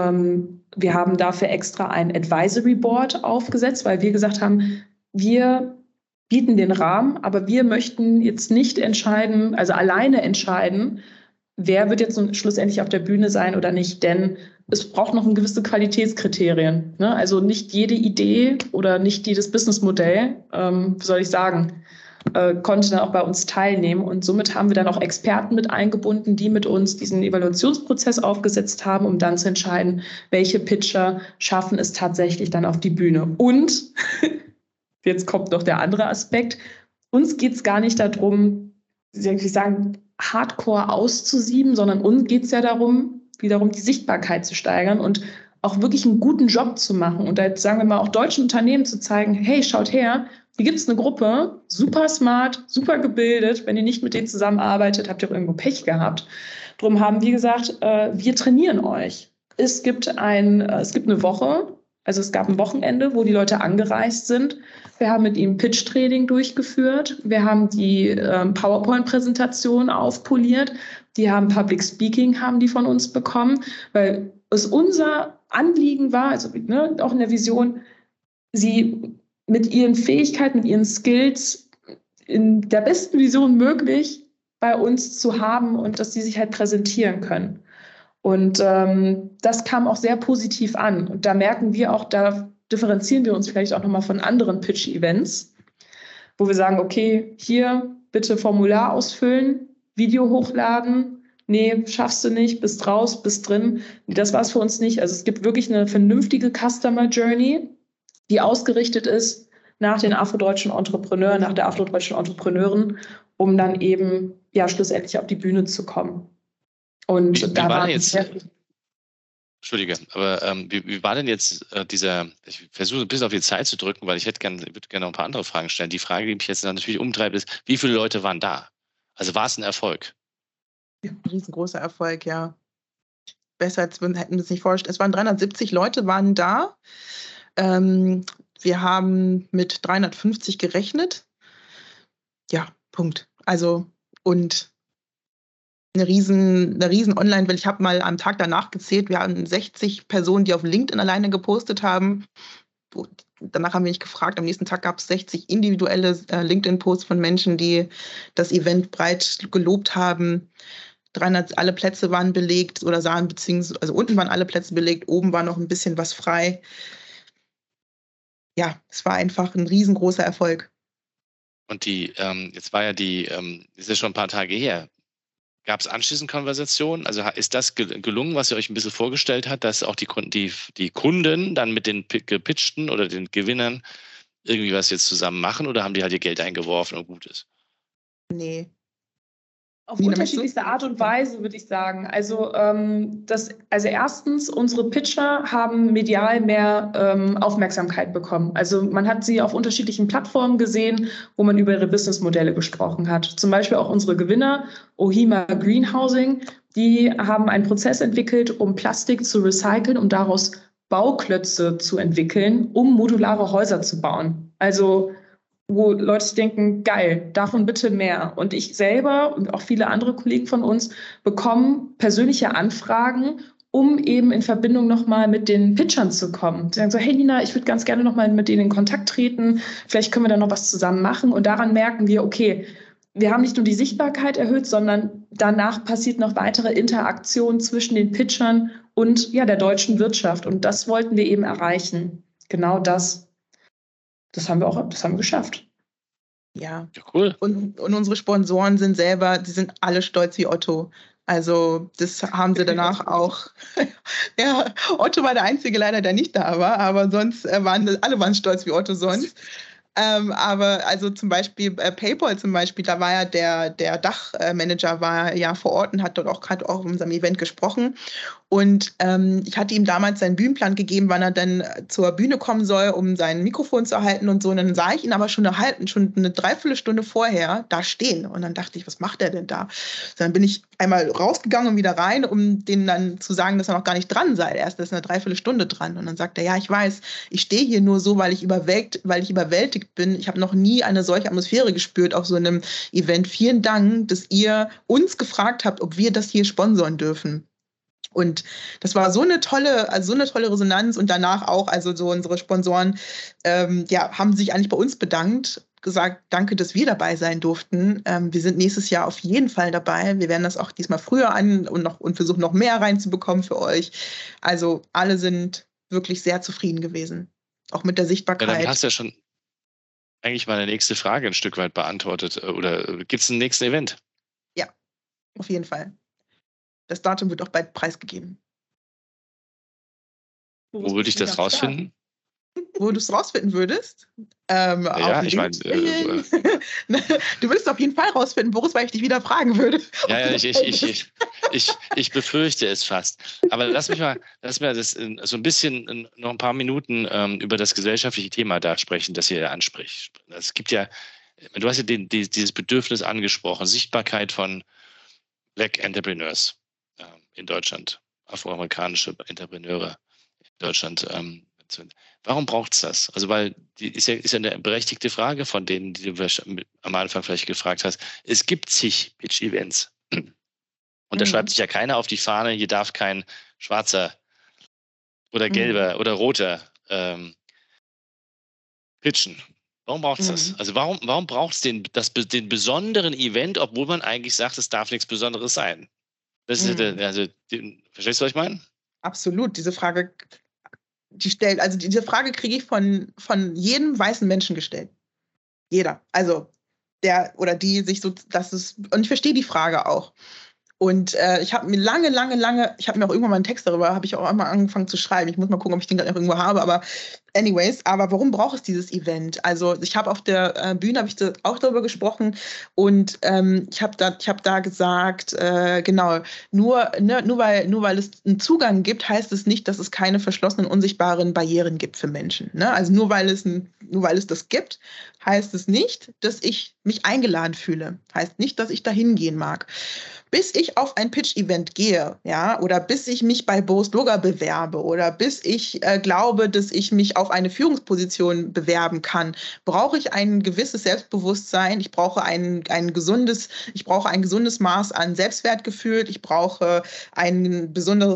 [SPEAKER 3] Wir haben dafür extra ein Advisory Board aufgesetzt, weil wir gesagt haben, wir bieten den Rahmen, aber wir möchten jetzt nicht entscheiden, also alleine entscheiden, wer wird jetzt schlussendlich auf der Bühne sein oder nicht, denn es braucht noch gewisse Qualitätskriterien. Ne? Also nicht jede Idee oder nicht jedes Businessmodell, wie soll ich sagen, konnte dann auch bei uns teilnehmen. Und somit haben wir dann auch Experten mit eingebunden, die mit uns diesen Evaluationsprozess aufgesetzt haben, um dann zu entscheiden, welche Pitcher schaffen es tatsächlich dann auf die Bühne. Und jetzt kommt noch der andere Aspekt. Uns geht es gar nicht darum, wie soll ich sagen, hardcore auszusieben, sondern uns geht es ja darum, wiederum die Sichtbarkeit zu steigern und auch wirklich einen guten Job zu machen. Und da jetzt, sagen wir mal, auch deutschen Unternehmen zu zeigen, hey, schaut her, hier gibt es eine Gruppe, super smart, super gebildet. Wenn ihr nicht mit denen zusammenarbeitet, habt ihr auch irgendwo Pech gehabt. Darum haben wir gesagt, wir trainieren euch. Es gibt eine Woche, also es gab ein Wochenende, wo die Leute angereist sind. Wir haben mit ihnen Pitch-Training durchgeführt. Wir haben die PowerPoint-Präsentation aufpoliert. Die haben Public Speaking, haben die von uns bekommen, weil es unser Anliegen war, also ne, auch in der Vision, sie mit ihren Fähigkeiten, mit ihren Skills in der besten Vision möglich bei uns zu haben und dass sie sich halt präsentieren können. Und das kam auch sehr positiv an. Und da merken wir auch, da differenzieren wir uns vielleicht auch nochmal von anderen Pitch-Events, wo wir sagen, okay, hier bitte Formular ausfüllen, Video hochladen. Nee, schaffst du nicht, bist raus, bist drin. Nee, das war es für uns nicht. Also es gibt wirklich eine vernünftige Customer Journey, die ausgerichtet ist nach den afrodeutschen Entrepreneuren, nach der afrodeutschen Entrepreneurin, um dann eben ja schlussendlich auf die Bühne zu kommen. Und
[SPEAKER 2] wie
[SPEAKER 3] da
[SPEAKER 2] war jetzt, Entschuldige, aber wie war denn jetzt ich versuche ein bisschen auf die Zeit zu drücken, weil ich würde gerne noch ein paar andere Fragen stellen. Die Frage, die mich jetzt natürlich umtreibt, ist, wie viele Leute waren da? Also war es ein Erfolg?
[SPEAKER 4] Ja, ein riesengroßer Erfolg, ja. Besser als hätten wir es nicht vorgestellt. Es waren 370 Leute, waren da. Wir haben mit 350 gerechnet. Ja, Punkt. Also, und eine riesen Online-Welle. Ich habe mal am Tag danach gezählt, wir hatten 60 Personen, die auf LinkedIn alleine gepostet haben. Danach haben wir nicht gefragt. Am nächsten Tag gab es 60 individuelle LinkedIn-Posts von Menschen, die das Event breit gelobt haben. Alle Plätze waren belegt oder sahen, beziehungsweise, also unten waren alle Plätze belegt, oben war noch ein bisschen was frei. Ja, es war einfach ein riesengroßer Erfolg.
[SPEAKER 2] Und jetzt war ja ist ja schon ein paar Tage her. Gab es anschließend Konversationen? Also ist das gelungen, was ihr euch ein bisschen vorgestellt habt, dass auch die Kunden dann mit den Gepitchten oder den Gewinnern irgendwie was jetzt zusammen machen oder haben die halt ihr Geld eingeworfen und gut ist?
[SPEAKER 4] Nee.
[SPEAKER 3] Auf unterschiedlichste Art und Weise, würde ich sagen. Also erstens, unsere Pitcher haben medial mehr Aufmerksamkeit bekommen. Also man hat sie auf unterschiedlichen Plattformen gesehen, wo man über ihre Businessmodelle gesprochen hat. Zum Beispiel auch unsere Gewinner, Ohima Greenhousing, die haben einen Prozess entwickelt, um Plastik zu recyceln, um daraus Bauklötze zu entwickeln, um modulare Häuser zu bauen. Also wo Leute denken, geil, davon bitte mehr. Und ich selber und auch viele andere Kollegen von uns bekommen persönliche Anfragen, um eben in Verbindung nochmal mit den Pitchern zu kommen. Sie sagen so, hey Nina, ich würde ganz gerne nochmal mit denen in Kontakt treten, vielleicht können wir da noch was zusammen machen. Und daran merken wir, okay, wir haben nicht nur die Sichtbarkeit erhöht, sondern danach passiert noch weitere Interaktion zwischen den Pitchern und ja, der deutschen Wirtschaft. Und das wollten wir eben erreichen. Genau das. Das haben wir geschafft.
[SPEAKER 4] Ja,
[SPEAKER 2] cool.
[SPEAKER 4] Und unsere Sponsoren sind alle stolz wie Otto. Also das haben sie danach auch. Ja, Otto war der Einzige leider, der nicht da war, aber sonst alle waren stolz wie Otto sonst. Aber also zum Beispiel PayPal zum Beispiel, da war ja der Dachmanager war ja vor Ort und hat dort auch in unserem Event gesprochen. Und ich hatte ihm damals seinen Bühnenplan gegeben, wann er dann zur Bühne kommen soll, um sein Mikrofon zu erhalten und so. Und dann sah ich ihn aber schon eine Dreiviertelstunde vorher da stehen. Und dann dachte ich, was macht er denn da? So, dann bin ich einmal rausgegangen und wieder rein, um denen dann zu sagen, dass er noch gar nicht dran sei. Erst ist eine Dreiviertelstunde dran. Und dann sagt er, ja, ich weiß, ich stehe hier nur so, weil ich überwältigt bin. Ich habe noch nie eine solche Atmosphäre gespürt auf so einem Event. Vielen Dank, dass ihr uns gefragt habt, ob wir das hier sponsoren dürfen. Und das war so eine tolle Resonanz und danach auch, also so unsere Sponsoren, haben sich eigentlich bei uns bedankt, gesagt, danke, dass wir dabei sein durften. Wir sind nächstes Jahr auf jeden Fall dabei. Wir werden das auch diesmal früher und versuchen noch mehr reinzubekommen für euch. Also alle sind wirklich sehr zufrieden gewesen, auch mit der Sichtbarkeit.
[SPEAKER 2] Ja, dann hast du ja schon eigentlich meine nächste Frage ein Stück weit beantwortet. Oder gibt es ein nächstes Event?
[SPEAKER 4] Ja, auf jeden Fall. Das Datum wird auch bald preisgegeben.
[SPEAKER 2] Wo würde ich das rausfinden?
[SPEAKER 4] Wo du es rausfinden würdest?
[SPEAKER 2] Ja, ich meine...
[SPEAKER 4] Du würdest auf jeden Fall rausfinden, Boris, weil ich dich wieder fragen würde.
[SPEAKER 2] Ja, ich befürchte es fast. Aber lass mir das so ein bisschen noch ein paar Minuten über das gesellschaftliche Thema da sprechen, das ihr anspricht. Es gibt ja, du hast ja dieses Bedürfnis angesprochen, Sichtbarkeit von Black Entrepreneurs in Deutschland, afroamerikanische Entrepreneure in Deutschland. Warum braucht es das? Also, weil ist ja eine berechtigte Frage von denen, die du am Anfang vielleicht gefragt hast. Es gibt zig Pitch-Events. Und da schreibt sich ja keiner auf die Fahne, hier darf kein schwarzer oder gelber oder roter pitchen. Warum braucht es das? Also warum braucht es den besonderen Event, obwohl man eigentlich sagt, es darf nichts Besonderes sein? Das ist verstehst du, was ich meine?
[SPEAKER 4] Absolut. Diese Frage kriege ich von jedem weißen Menschen gestellt. Jeder. Also der oder die sich so, und ich verstehe die Frage auch. Und ich habe mir ich habe mir auch irgendwann mal einen Text darüber, habe ich auch einmal angefangen zu schreiben. Ich muss mal gucken, ob ich den gerade noch irgendwo habe, aber warum braucht es dieses Event? Also ich habe auf der Bühne auch darüber gesprochen und ich habe da gesagt, genau, nur weil es einen Zugang gibt, heißt es nicht, dass es keine verschlossenen, unsichtbaren Barrieren gibt für Menschen. Ne? Also nur weil es das gibt, heißt es nicht, dass ich mich eingeladen fühle. Heißt nicht, dass ich da hingehen mag. Bis ich auf ein Pitch-Event gehe, ja, oder bis ich mich bei Boris Gloger bewerbe oder bis ich glaube, dass ich mich auf eine Führungsposition bewerben kann, brauche ich ein gewisses Selbstbewusstsein. Ich brauche ein gesundes Maß an Selbstwertgefühl. Ich brauche ein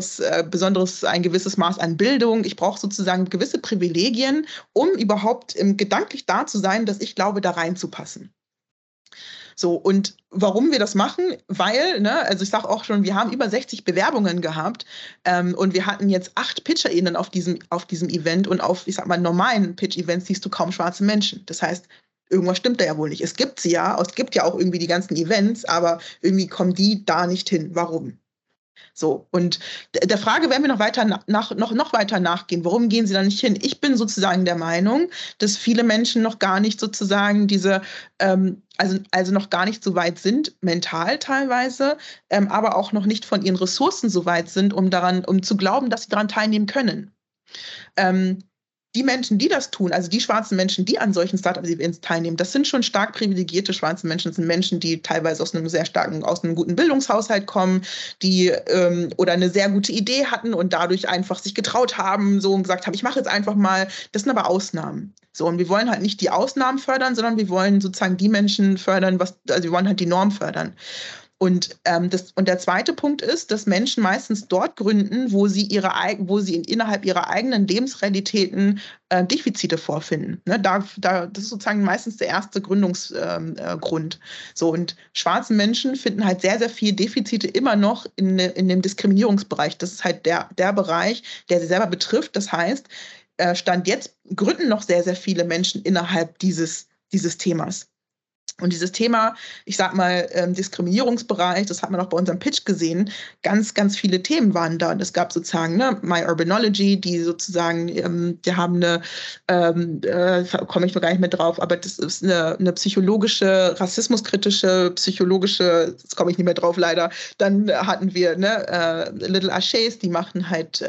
[SPEAKER 4] gewisses Maß an Bildung. Ich brauche sozusagen gewisse Privilegien, um überhaupt gedanklich da zu sein, dass ich glaube, da reinzupassen. So, und warum wir das machen? Weil, also ich sage auch schon, wir haben über 60 Bewerbungen gehabt und wir hatten jetzt 8 PitcherInnen auf diesem Event und auf, ich sag mal, normalen Pitch-Events siehst du kaum schwarze Menschen. Das heißt, irgendwas stimmt da ja wohl nicht. Es gibt ja auch irgendwie die ganzen Events, aber irgendwie kommen die da nicht hin. Warum? So, und der Frage werden wir noch weiter nachgehen. Warum gehen sie da nicht hin? Ich bin sozusagen der Meinung, dass viele Menschen noch gar nicht sozusagen also noch gar nicht so weit sind, mental teilweise, aber auch noch nicht von ihren Ressourcen so weit sind, um zu glauben, dass sie daran teilnehmen können. Die Menschen, die das tun, also die schwarzen Menschen, die an solchen Startup-Events teilnehmen, das sind schon stark privilegierte schwarze Menschen. Das sind Menschen, die teilweise aus einem guten Bildungshaushalt kommen, die oder eine sehr gute Idee hatten und dadurch einfach sich getraut haben, so und gesagt haben, ich mache jetzt einfach mal. Das sind aber Ausnahmen. So, und wir wollen halt nicht die Ausnahmen fördern, sondern wir wollen sozusagen die Menschen fördern, wir wollen halt die Norm fördern. Und der zweite Punkt ist, dass Menschen meistens dort gründen, wo sie innerhalb ihrer eigenen Lebensrealitäten Defizite vorfinden. Ne? Das ist sozusagen meistens der erste Gründungsgrund. So, und schwarze Menschen finden halt sehr, sehr viel Defizite immer noch in dem Diskriminierungsbereich. Das ist halt der Bereich, der sie selber betrifft. Das heißt, Stand jetzt gründen noch sehr, sehr viele Menschen innerhalb dieses Themas. Und dieses Thema, ich sag mal, Diskriminierungsbereich, das hat man auch bei unserem Pitch gesehen, ganz, ganz viele Themen waren da. Und es gab sozusagen My Urbanology, die sozusagen, die haben komme ich noch gar nicht mehr drauf, aber das ist eine psychologische, rassismuskritische, jetzt komme ich nicht mehr drauf leider. Dann hatten wir Little Ashes, die machen halt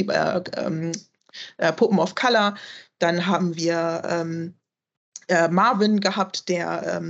[SPEAKER 4] Puppen of Color. Dann haben wir Marvin gehabt, der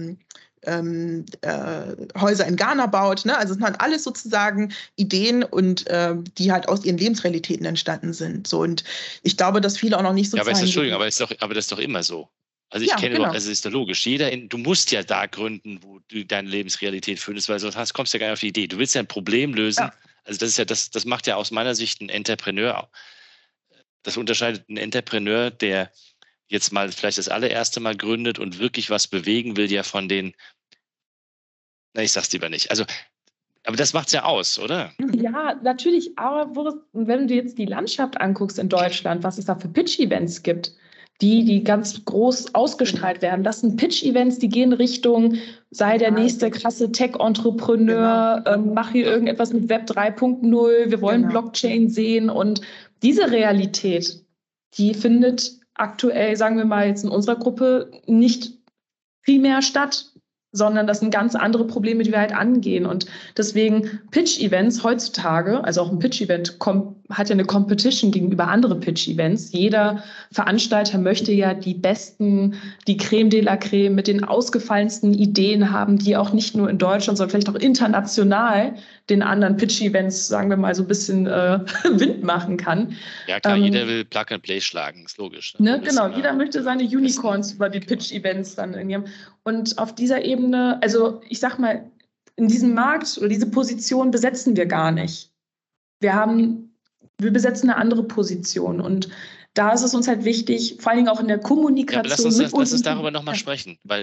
[SPEAKER 4] Häuser in Ghana baut. Ne? Also es sind alles sozusagen Ideen und die halt aus ihren Lebensrealitäten entstanden sind. So, und ich glaube, dass viele auch noch nicht sozusagen...
[SPEAKER 2] Ja, aber das ist doch immer so. Also ich kenne also es ist doch logisch. Du musst ja da gründen, wo du deine Lebensrealität findest, weil sonst kommst du ja gar nicht auf die Idee. Du willst ja ein Problem lösen. Ja. Also das ist ja das macht ja aus meiner Sicht einen Entrepreneur. Das unterscheidet einen Entrepreneur, der jetzt mal vielleicht das allererste Mal gründet und wirklich was bewegen will, ja von den, ich sag's lieber nicht. Also, aber das macht's ja aus, oder?
[SPEAKER 3] Ja, natürlich. Aber wenn du jetzt die Landschaft anguckst in Deutschland, was es da für Pitch-Events gibt, die ganz groß ausgestrahlt werden, das sind Pitch-Events, die gehen Richtung, sei der nächste krasse Tech-Entrepreneur, mach hier irgendetwas mit Web 3.0, wir wollen Blockchain sehen. Und diese Realität, die findet aktuell, sagen wir mal jetzt in unserer Gruppe, nicht primär statt, sondern das sind ganz andere Probleme, die wir halt angehen. Und deswegen Pitch-Events heutzutage, also auch ein Pitch-Event hat ja eine Competition gegenüber anderen Pitch-Events. Jeder Veranstalter möchte ja die besten, die Creme de la Creme mit den ausgefallensten Ideen haben, die auch nicht nur in Deutschland, sondern vielleicht auch international den anderen Pitch-Events, sagen wir mal, so ein bisschen Wind machen kann.
[SPEAKER 2] Ja klar, jeder will Plug and Play schlagen, ist logisch.
[SPEAKER 3] Ne? Genau, jeder möchte seine Unicorns über die Pitch-Events dann irgendwie haben. Und auf dieser Ebene, also ich sag mal, in diesem Markt oder diese Position besetzen wir gar nicht. Wir besetzen eine andere Position und da ist es uns halt wichtig, vor allen Dingen auch in der Kommunikation.
[SPEAKER 2] Ja, lass uns darüber nochmal sprechen, weil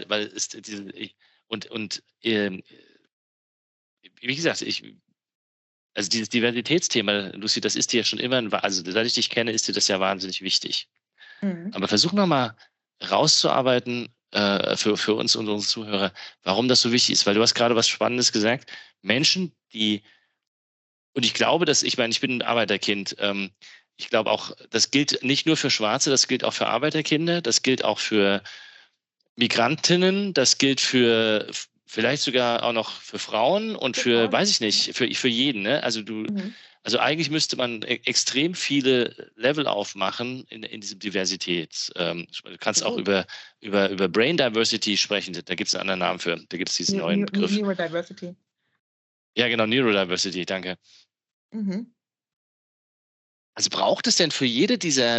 [SPEAKER 2] wie gesagt, also dieses Diversitätsthema, Lucy, das ist dir schon immer, also seit ich dich kenne, ist dir das ja wahnsinnig wichtig. Mhm. Aber versuch nochmal rauszuarbeiten für uns und unsere Zuhörer, warum das so wichtig ist, weil du hast gerade was Spannendes gesagt. Menschen, und ich glaube, ich bin ein Arbeiterkind, ich glaube auch, das gilt nicht nur für Schwarze, das gilt auch für Arbeiterkinder, das gilt auch für Migrantinnen, das gilt für vielleicht sogar auch noch für Frauen und für, weiß ich nicht, für jeden. Ne? Also also eigentlich müsste man extrem viele Level aufmachen in diesem Diversität. Du kannst auch über Brain Diversity sprechen, da gibt es einen anderen Namen für, da gibt es diesen neuen Begriff.
[SPEAKER 4] Neurodiversity.
[SPEAKER 2] Ja, genau, Neurodiversity, danke. Mhm. Also braucht es denn für jede dieser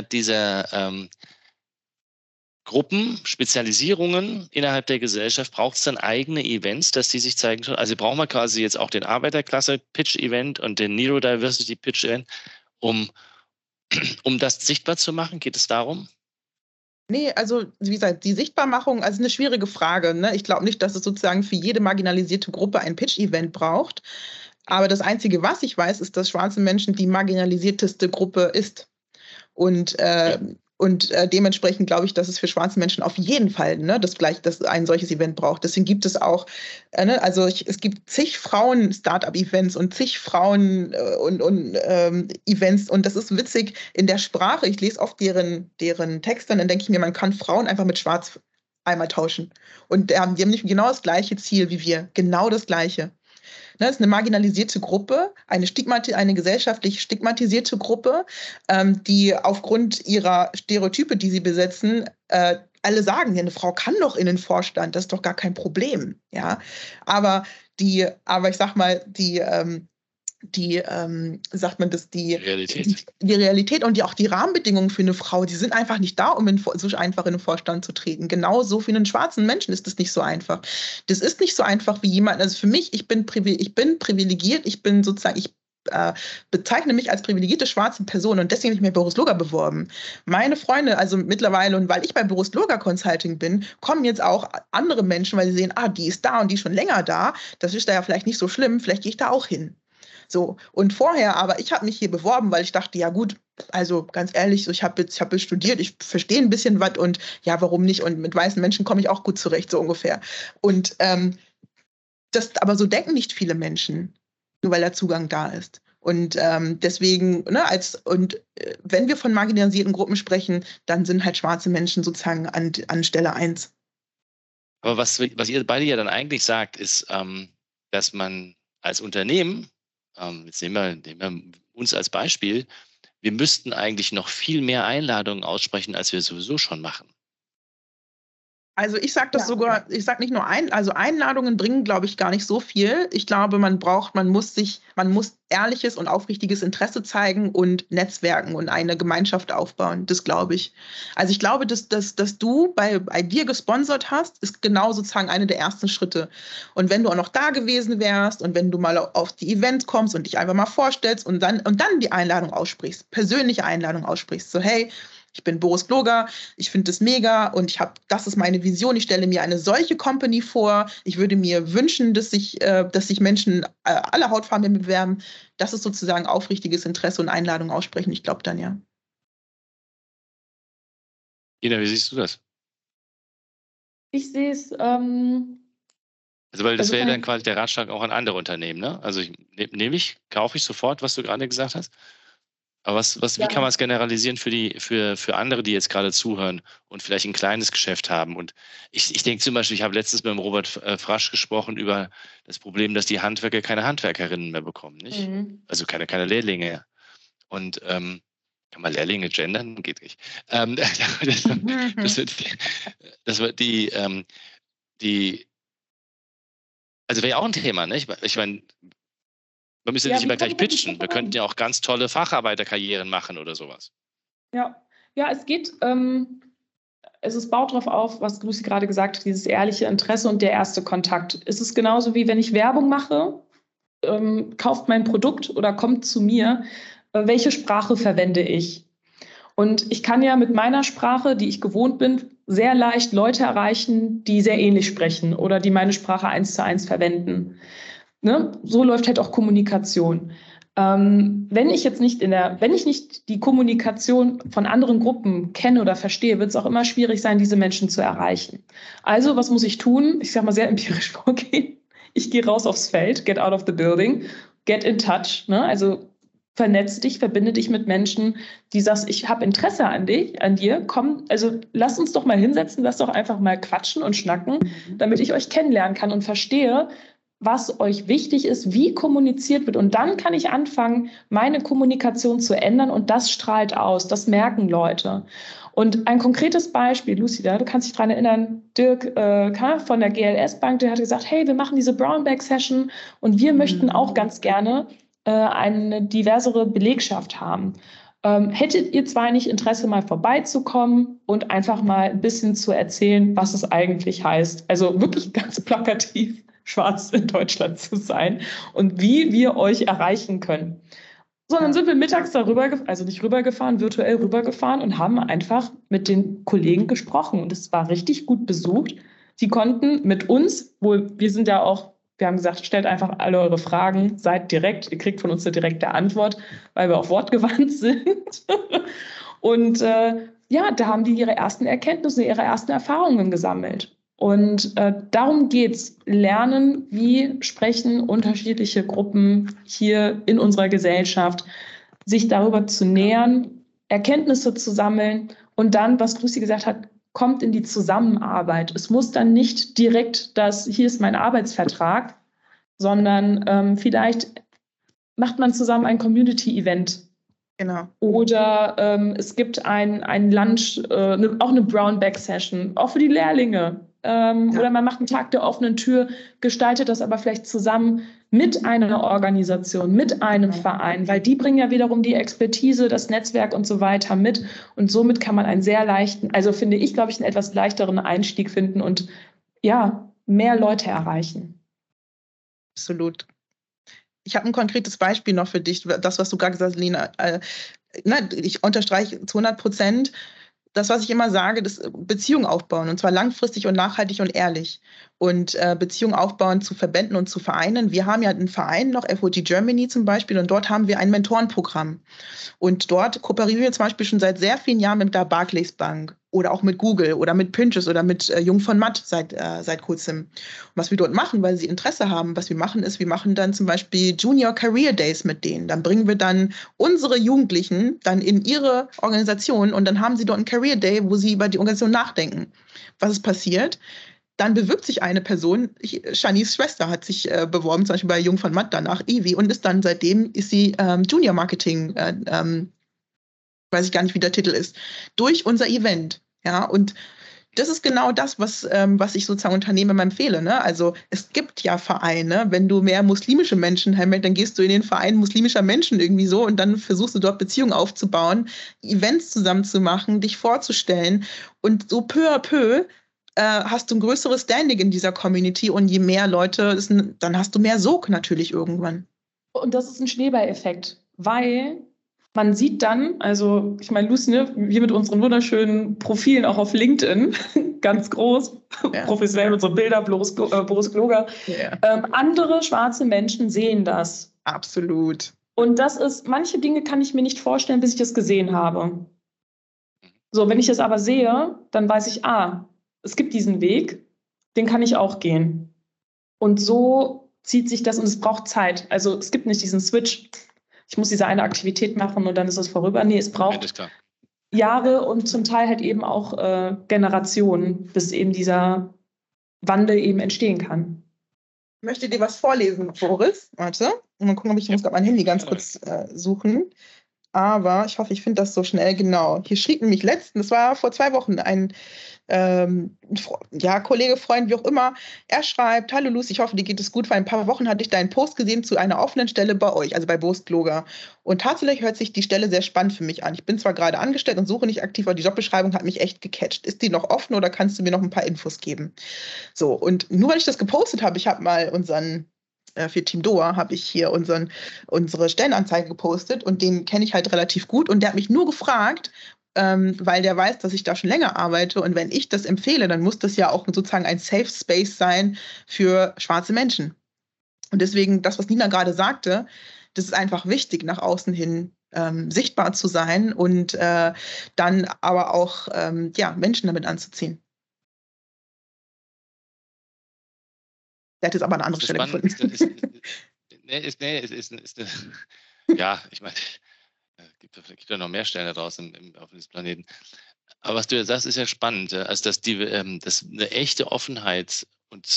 [SPEAKER 2] Gruppen, Spezialisierungen innerhalb der Gesellschaft, braucht es dann eigene Events, dass die sich zeigen können? Also brauchen wir quasi jetzt auch den Arbeiterklasse-Pitch-Event und den Neurodiversity-Pitch-Event, um das sichtbar zu machen? Geht es darum?
[SPEAKER 4] Nee, also wie gesagt, die Sichtbarmachung, also eine schwierige Frage. Ne? Ich glaube nicht, dass es sozusagen für jede marginalisierte Gruppe ein Pitch-Event braucht. Aber das Einzige, was ich weiß, ist, dass schwarze Menschen die marginalisierteste Gruppe ist. Und dementsprechend glaube ich, dass es für schwarze Menschen auf jeden Fall dass ein solches Event braucht. Deswegen gibt es auch, es gibt zig Frauen-Startup-Events und zig Frauen Events. Und das ist witzig in der Sprache. Ich lese oft deren Texte und dann denke ich mir, man kann Frauen einfach mit Schwarz einmal tauschen. Und die haben nicht genau das gleiche Ziel wie wir. Genau das Gleiche. Das ist eine marginalisierte Gruppe, eine gesellschaftlich stigmatisierte Gruppe, die aufgrund ihrer Stereotype, die sie besetzen, alle sagen, ja, eine Frau kann doch in den Vorstand, das ist doch gar kein Problem. Ja? Aber ich sag mal, die Realität und auch die Rahmenbedingungen für eine Frau, die sind einfach nicht da, um so einfach in den Vorstand zu treten. Genauso für einen schwarzen Menschen ist das nicht so einfach. Das ist nicht so einfach wie jemand, also für mich, ich bin privilegiert, ich bezeichne mich als privilegierte schwarze Person und deswegen habe ich mich bei Boris Loger beworben. Meine Freunde, also mittlerweile, und weil ich bei Boris Loger Consulting bin, kommen jetzt auch andere Menschen, weil sie sehen, die ist da und die ist schon länger da, das ist da ja vielleicht nicht so schlimm, vielleicht gehe ich da auch hin. So, und vorher, aber ich habe mich hier beworben, weil ich dachte, ja gut, Also ganz ehrlich, so, ich hab jetzt studiert, ich verstehe ein bisschen was und ja, warum nicht? Und mit weißen Menschen komme ich auch gut zurecht, so ungefähr. Und aber so denken nicht viele Menschen, nur weil der Zugang da ist. Und deswegen, ne, wenn wir von marginalisierten Gruppen sprechen, dann sind halt schwarze Menschen sozusagen an Stelle 1.
[SPEAKER 2] Aber was ihr beide ja dann eigentlich sagt, ist, dass man als Unternehmen, jetzt nehmen wir uns als Beispiel, wir müssten eigentlich noch viel mehr Einladungen aussprechen, als wir sowieso schon machen.
[SPEAKER 4] Also ich sage das sogar, ich sage nicht nur also Einladungen bringen, glaube ich, gar nicht so viel. Ich glaube, man muss ehrliches und aufrichtiges Interesse zeigen und netzwerken und eine Gemeinschaft aufbauen. Das glaube ich. Also ich glaube, dass du bei dir gesponsert hast, ist genau sozusagen eine der ersten Schritte. Und wenn du auch noch da gewesen wärst und wenn du mal auf die Events kommst und dich einfach mal vorstellst und dann die Einladung aussprichst, persönliche Einladung aussprichst, so hey, ich bin Boris Gloger, ich finde das mega und das ist meine Vision. Ich stelle mir eine solche Company vor. Ich würde mir wünschen, dass sich Menschen alle Hautfarben bewerben. Das ist sozusagen aufrichtiges Interesse und Einladung aussprechen. Ich glaube dann, ja.
[SPEAKER 2] Ina, wie siehst du das?
[SPEAKER 3] Ich sehe es.
[SPEAKER 2] Weil das wäre ja dann quasi der Ratschlag auch an andere Unternehmen, ne? Also kaufe ich sofort, was du gerade gesagt hast. Aber wie kann man es generalisieren für andere, die jetzt gerade zuhören und vielleicht ein kleines Geschäft haben? Und ich denke zum Beispiel, ich habe letztens mit dem Robert Frasch gesprochen über das Problem, dass die Handwerker keine Handwerkerinnen mehr bekommen, nicht?
[SPEAKER 3] Mhm.
[SPEAKER 2] Also keine Lehrlinge. Und kann man Lehrlinge gendern? Geht nicht. Das wird also wäre ja auch ein Thema, ne? Ich meine, wir müssen nicht immer gleich pitchen. Wir könnten ja auch ganz tolle Facharbeiterkarrieren machen oder sowas.
[SPEAKER 3] Ja, es geht, es baut darauf auf, was Lucy gerade gesagt hat, dieses ehrliche Interesse und der erste Kontakt. Es ist genauso wie wenn ich Werbung mache, kauft mein Produkt oder kommt zu mir, welche Sprache verwende ich? Und ich kann ja mit meiner Sprache, die ich gewohnt bin, sehr leicht Leute erreichen, die sehr ähnlich sprechen oder die meine Sprache 1:1 verwenden. Ne? So läuft halt auch Kommunikation. Wenn ich nicht die Kommunikation von anderen Gruppen kenne oder verstehe, wird es auch immer schwierig sein, diese Menschen zu erreichen. Also, was muss ich tun? Ich sage mal sehr empirisch vorgehen. Ich gehe raus aufs Feld, get out of the building, get in touch. Ne? Also vernetz dich, verbinde dich mit Menschen, die sagst, ich habe Interesse an dir, komm, also lass uns doch mal hinsetzen, lass doch einfach mal quatschen und schnacken, damit ich euch kennenlernen kann und verstehe, was euch wichtig ist, wie kommuniziert wird. Und dann kann ich anfangen, meine Kommunikation zu ändern und das strahlt aus, das merken Leute. Und ein konkretes Beispiel, Lucy, du kannst dich daran erinnern, Dirk von der GLS Bank, der hat gesagt, hey, wir machen diese Brownback-Session und wir möchten auch ganz gerne eine diversere Belegschaft haben. Hättet ihr zwei nicht Interesse, mal vorbeizukommen und einfach mal ein bisschen zu erzählen, was es eigentlich heißt? Also wirklich ganz plakativ, schwarz in Deutschland zu sein und wie wir euch erreichen können. So, dann sind wir mittags virtuell rübergefahren und haben einfach mit den Kollegen gesprochen. Und es war richtig gut besucht. Sie konnten mit uns, wir haben gesagt, stellt einfach alle eure Fragen, seid direkt, ihr kriegt von uns eine direkte Antwort, weil wir auch wortgewandt sind. Und da haben die ihre ersten Erkenntnisse, ihre ersten Erfahrungen gesammelt. Und darum geht's. Lernen, wie sprechen unterschiedliche Gruppen hier in unserer Gesellschaft, sich darüber zu nähern, Erkenntnisse zu sammeln und dann, was Lucy gesagt hat, kommt in die Zusammenarbeit. Es muss dann nicht direkt hier ist mein Arbeitsvertrag, sondern vielleicht macht man zusammen ein Community-Event.
[SPEAKER 4] Genau.
[SPEAKER 3] Oder es gibt ein Lunch, auch eine Brownback-Session, auch für die Lehrlinge. Oder man macht einen Tag der offenen Tür, gestaltet das aber vielleicht zusammen mit einer Organisation, mit einem Verein, weil die bringen ja wiederum die Expertise, das Netzwerk und so weiter mit. Und somit kann man einen finde ich, einen etwas leichteren Einstieg finden und mehr Leute erreichen.
[SPEAKER 4] Absolut. Ich habe ein konkretes Beispiel noch für dich, das, was du gerade gesagt hast, Lena. Ich unterstreiche zu 100%. das, was ich immer sage, das Beziehungen aufbauen, und zwar langfristig und nachhaltig und ehrlich. Und Beziehungen aufbauen zu Verbänden und zu Vereinen. Wir haben ja einen Verein noch, FOG Germany zum Beispiel, und dort haben wir ein Mentorenprogramm. Und dort kooperieren wir zum Beispiel schon seit sehr vielen Jahren mit der Barclays Bank oder auch mit Google oder mit Pinterest oder mit Jung von Matt seit kurzem. Und was wir dort machen, weil sie Interesse haben, was wir machen, ist, wir machen dann zum Beispiel Junior Career Days mit denen. Dann bringen wir dann unsere Jugendlichen dann in ihre Organisation und dann haben sie dort einen Career Day, wo sie über die Organisation nachdenken. Was ist passiert? Dann bewirbt sich eine Person, Shanice Schwester hat sich beworben, zum Beispiel bei Jung von Matt danach, Ivi, und seitdem ist sie Junior Marketing, weiß ich gar nicht, wie der Titel ist, durch unser Event. Ja, und das ist genau das, was ich sozusagen Unternehmen empfehle. Ne? Also es gibt ja Vereine, wenn du mehr muslimische Menschen hast, dann gehst du in den Verein muslimischer Menschen irgendwie so und dann versuchst du dort Beziehungen aufzubauen, Events zusammen zu machen, dich vorzustellen und so peu à peu hast du ein größeres Standing in dieser Community und je mehr Leute, dann hast du mehr Sog natürlich irgendwann.
[SPEAKER 3] Und das ist ein Schneeballeffekt, weil man sieht dann, also ich meine, Lucy, ne, wir mit unseren wunderschönen Profilen auch auf LinkedIn, ganz groß, professionell unsere Bilder, Boris Gloger. Andere schwarze Menschen sehen das.
[SPEAKER 4] Absolut.
[SPEAKER 3] Und das ist, manche Dinge kann ich mir nicht vorstellen, bis ich das gesehen habe. So, wenn ich das aber sehe, dann weiß ich, es gibt diesen Weg, den kann ich auch gehen. Und so zieht sich das und es braucht Zeit. Also es gibt nicht diesen Switch, ich muss diese eine Aktivität machen und dann ist es vorüber. Nee, es braucht Jahre und zum Teil halt eben auch Generationen, bis eben dieser Wandel eben entstehen kann.
[SPEAKER 4] Ich möchte dir was vorlesen, Boris. Warte, mal gucken, ich muss gerade mein Handy ganz kurz suchen. Aber ich hoffe, ich finde das so schnell. Genau. Hier schrieb nämlich das war vor 2 Wochen, ein Kollege, Freund, wie auch immer. Er schreibt: Hallo Lucy, ich hoffe, dir geht es gut. Vor ein paar Wochen hatte ich deinen Post gesehen zu einer offenen Stelle bei euch, also bei Boris Gloger. Und tatsächlich hört sich die Stelle sehr spannend für mich an. Ich bin zwar gerade angestellt und suche nicht aktiv, aber die Jobbeschreibung hat mich echt gecatcht. Ist die noch offen oder kannst du mir noch ein paar Infos geben? So, und nur weil ich das gepostet habe, ich habe mal für Team Doha habe ich hier unsere Stellenanzeige gepostet und den kenne ich halt relativ gut und der hat mich nur gefragt, weil der weiß, dass ich da schon länger arbeite und wenn ich das empfehle, dann muss das ja auch sozusagen ein Safe Space sein für schwarze Menschen. Und deswegen, das, was Nina gerade sagte, das ist einfach wichtig, nach außen hin sichtbar zu sein und dann aber auch Menschen damit anzuziehen. Der hat jetzt aber eine andere Stelle gefunden.
[SPEAKER 2] Ja, ich meine, es gibt ja noch mehr Stellen da draußen auf diesem Planeten. Aber was du ja sagst, ist ja spannend. Also, dass eine echte Offenheit und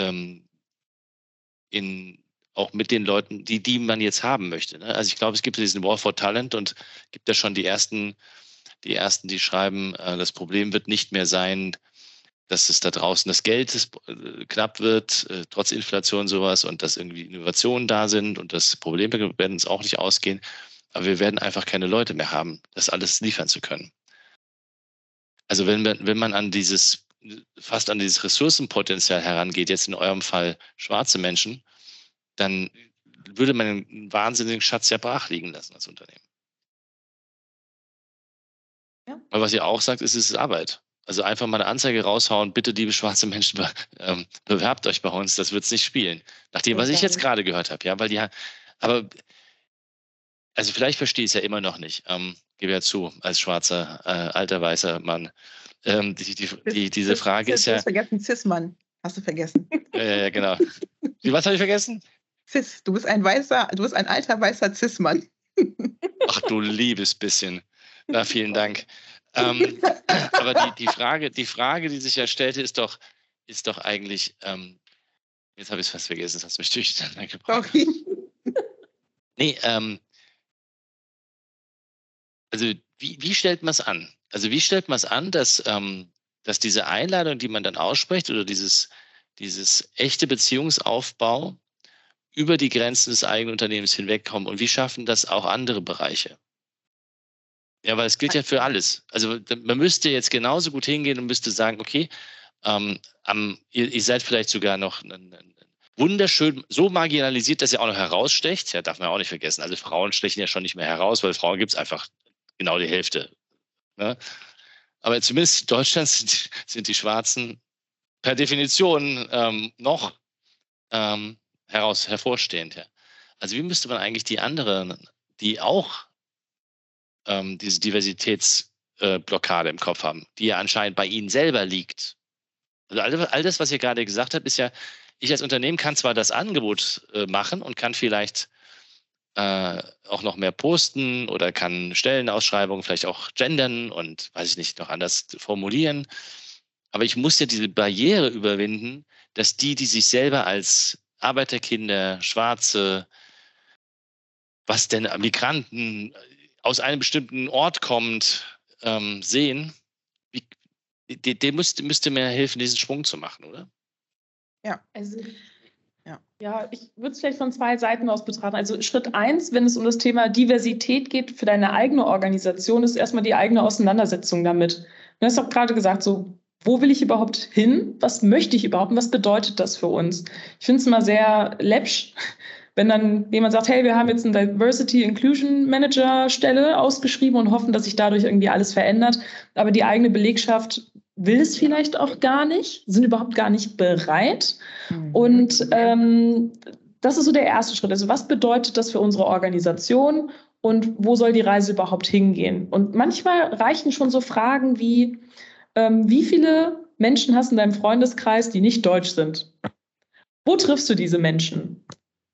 [SPEAKER 2] auch mit den Leuten, die man jetzt haben möchte. Ne? Also ich glaube, es gibt diesen War for Talent und gibt da schon die ersten, die schreiben, das Problem wird nicht mehr sein, dass es da draußen das Geld knapp wird, trotz Inflation sowas und dass irgendwie Innovationen da sind und das Probleme werden uns auch nicht ausgehen. Aber wir werden einfach keine Leute mehr haben, das alles liefern zu können. Also wenn man fast an dieses Ressourcenpotenzial herangeht, jetzt in eurem Fall schwarze Menschen, dann würde man einen wahnsinnigen Schatz ja brach liegen lassen als Unternehmen. Ja. Aber was ihr auch sagt, ist Arbeit. Also einfach mal eine Anzeige raushauen, bitte liebe schwarze Menschen, bewerbt euch bei uns, das wird es nicht spielen. Nach dem, was ich jetzt gerade gehört habe, ja, aber also vielleicht verstehe ich es ja immer noch nicht, gebe ja zu, als schwarzer, alter, weißer Mann. Diese Frage ist ja...
[SPEAKER 4] Du hast vergessen, Cis-Mann, hast du vergessen.
[SPEAKER 2] Ja, genau. Was habe ich vergessen?
[SPEAKER 4] Cis, du bist ein alter, weißer Cis-Mann.
[SPEAKER 2] Ach du liebes bisschen. Na, vielen Dank. Aber die Frage, die sich ja stellte, ist doch eigentlich, jetzt habe ich es fast vergessen, das hast du mich durcheinander gebracht. Okay. Nee, also wie stellt man es an? Also wie stellt man es an, dass diese Einladung, die man dann ausspricht, oder dieses echte Beziehungsaufbau über die Grenzen des eigenen Unternehmens hinwegkommen und wie schaffen das auch andere Bereiche? Ja, weil es gilt ja für alles. Also man müsste jetzt genauso gut hingehen und müsste sagen, okay, ihr seid vielleicht sogar noch wunderschön so marginalisiert, dass ihr auch noch herausstecht. Ja, darf man auch nicht vergessen. Also Frauen stechen ja schon nicht mehr heraus, weil Frauen gibt es einfach genau die Hälfte. Ne? Aber zumindest in Deutschland sind die Schwarzen per Definition noch hervorstehend. Ja. Also wie müsste man eigentlich die anderen, die auch diese Diversitätsblockade im Kopf haben, die ja anscheinend bei ihnen selber liegt. Also all das, was ihr gerade gesagt habt, ist ja, ich als Unternehmen kann zwar das Angebot machen und kann vielleicht auch noch mehr posten oder kann Stellenausschreibungen vielleicht auch gendern und, weiß ich nicht, noch anders formulieren. Aber ich muss ja diese Barriere überwinden, dass die sich selber als Arbeiterkinder, Schwarze, was denn Migranten aus einem bestimmten Ort kommt, sehen, dem müsste mir helfen, diesen Sprung zu machen, oder?
[SPEAKER 3] Ja, also ja, ich würde es vielleicht von 2 Seiten aus betrachten. Also Schritt 1, wenn es um das Thema Diversität geht für deine eigene Organisation, ist erstmal die eigene Auseinandersetzung damit. Du hast auch gerade gesagt, so, wo will ich überhaupt hin? Was möchte ich überhaupt? Und was bedeutet das für uns? Ich finde es immer sehr läppsch, wenn dann jemand sagt, hey, wir haben jetzt eine Diversity Inclusion Manager Stelle ausgeschrieben und hoffen, dass sich dadurch irgendwie alles verändert. Aber die eigene Belegschaft will es vielleicht auch gar nicht, sind überhaupt gar nicht bereit. Und das ist so der erste Schritt. Also was bedeutet das für unsere Organisation und wo soll die Reise überhaupt hingehen? Und manchmal reichen schon so Fragen wie, wie viele Menschen hast du in deinem Freundeskreis, die nicht deutsch sind? Wo triffst du diese Menschen?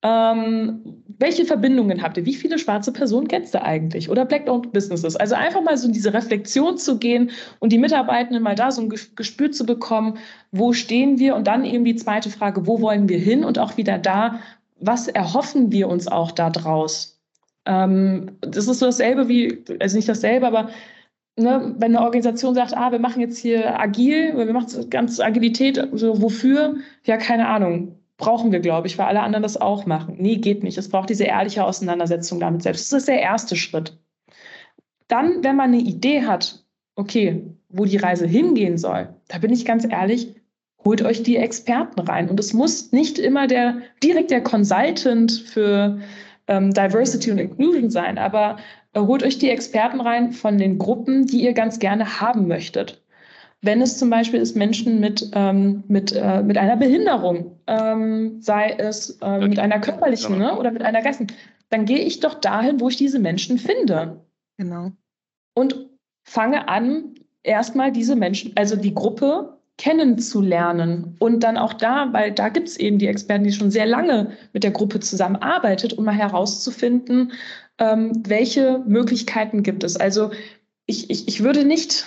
[SPEAKER 3] Welche Verbindungen habt ihr? Wie viele schwarze Personen kennst du eigentlich? Oder Black-owned Businesses? Also einfach mal so in diese Reflexion zu gehen und die Mitarbeitenden mal da so ein Gespür zu bekommen, wo stehen wir? Und dann eben die zweite Frage, wo wollen wir hin? Und auch wieder da, was erhoffen wir uns auch da draus? Das ist so dasselbe wie, also nicht dasselbe, aber ne, wenn eine Organisation sagt, wir machen jetzt hier agil, wir machen ganz Agilität, so wofür? Ja, keine Ahnung. Brauchen wir, glaube ich, weil alle anderen das auch machen. Nee, geht nicht. Es braucht diese ehrliche Auseinandersetzung damit selbst. Das ist der erste Schritt. Dann, wenn man eine Idee hat, okay, wo die Reise hingehen soll, da bin ich ganz ehrlich, holt euch die Experten rein. Und es muss nicht immer direkt der Consultant für Diversity und Inclusion sein, aber holt euch die Experten rein von den Gruppen, die ihr ganz gerne haben möchtet. Wenn es zum Beispiel ist Menschen mit einer Behinderung, sei es mit einer körperlichen oder mit einer geistigen, dann gehe ich doch dahin, wo ich diese Menschen finde.
[SPEAKER 4] Genau.
[SPEAKER 3] Und fange an, erstmal diese Menschen, also die Gruppe kennenzulernen. Und dann auch da, weil da gibt es eben die Experten, die schon sehr lange mit der Gruppe zusammenarbeitet, um mal herauszufinden, welche Möglichkeiten gibt es. Also ich würde nicht...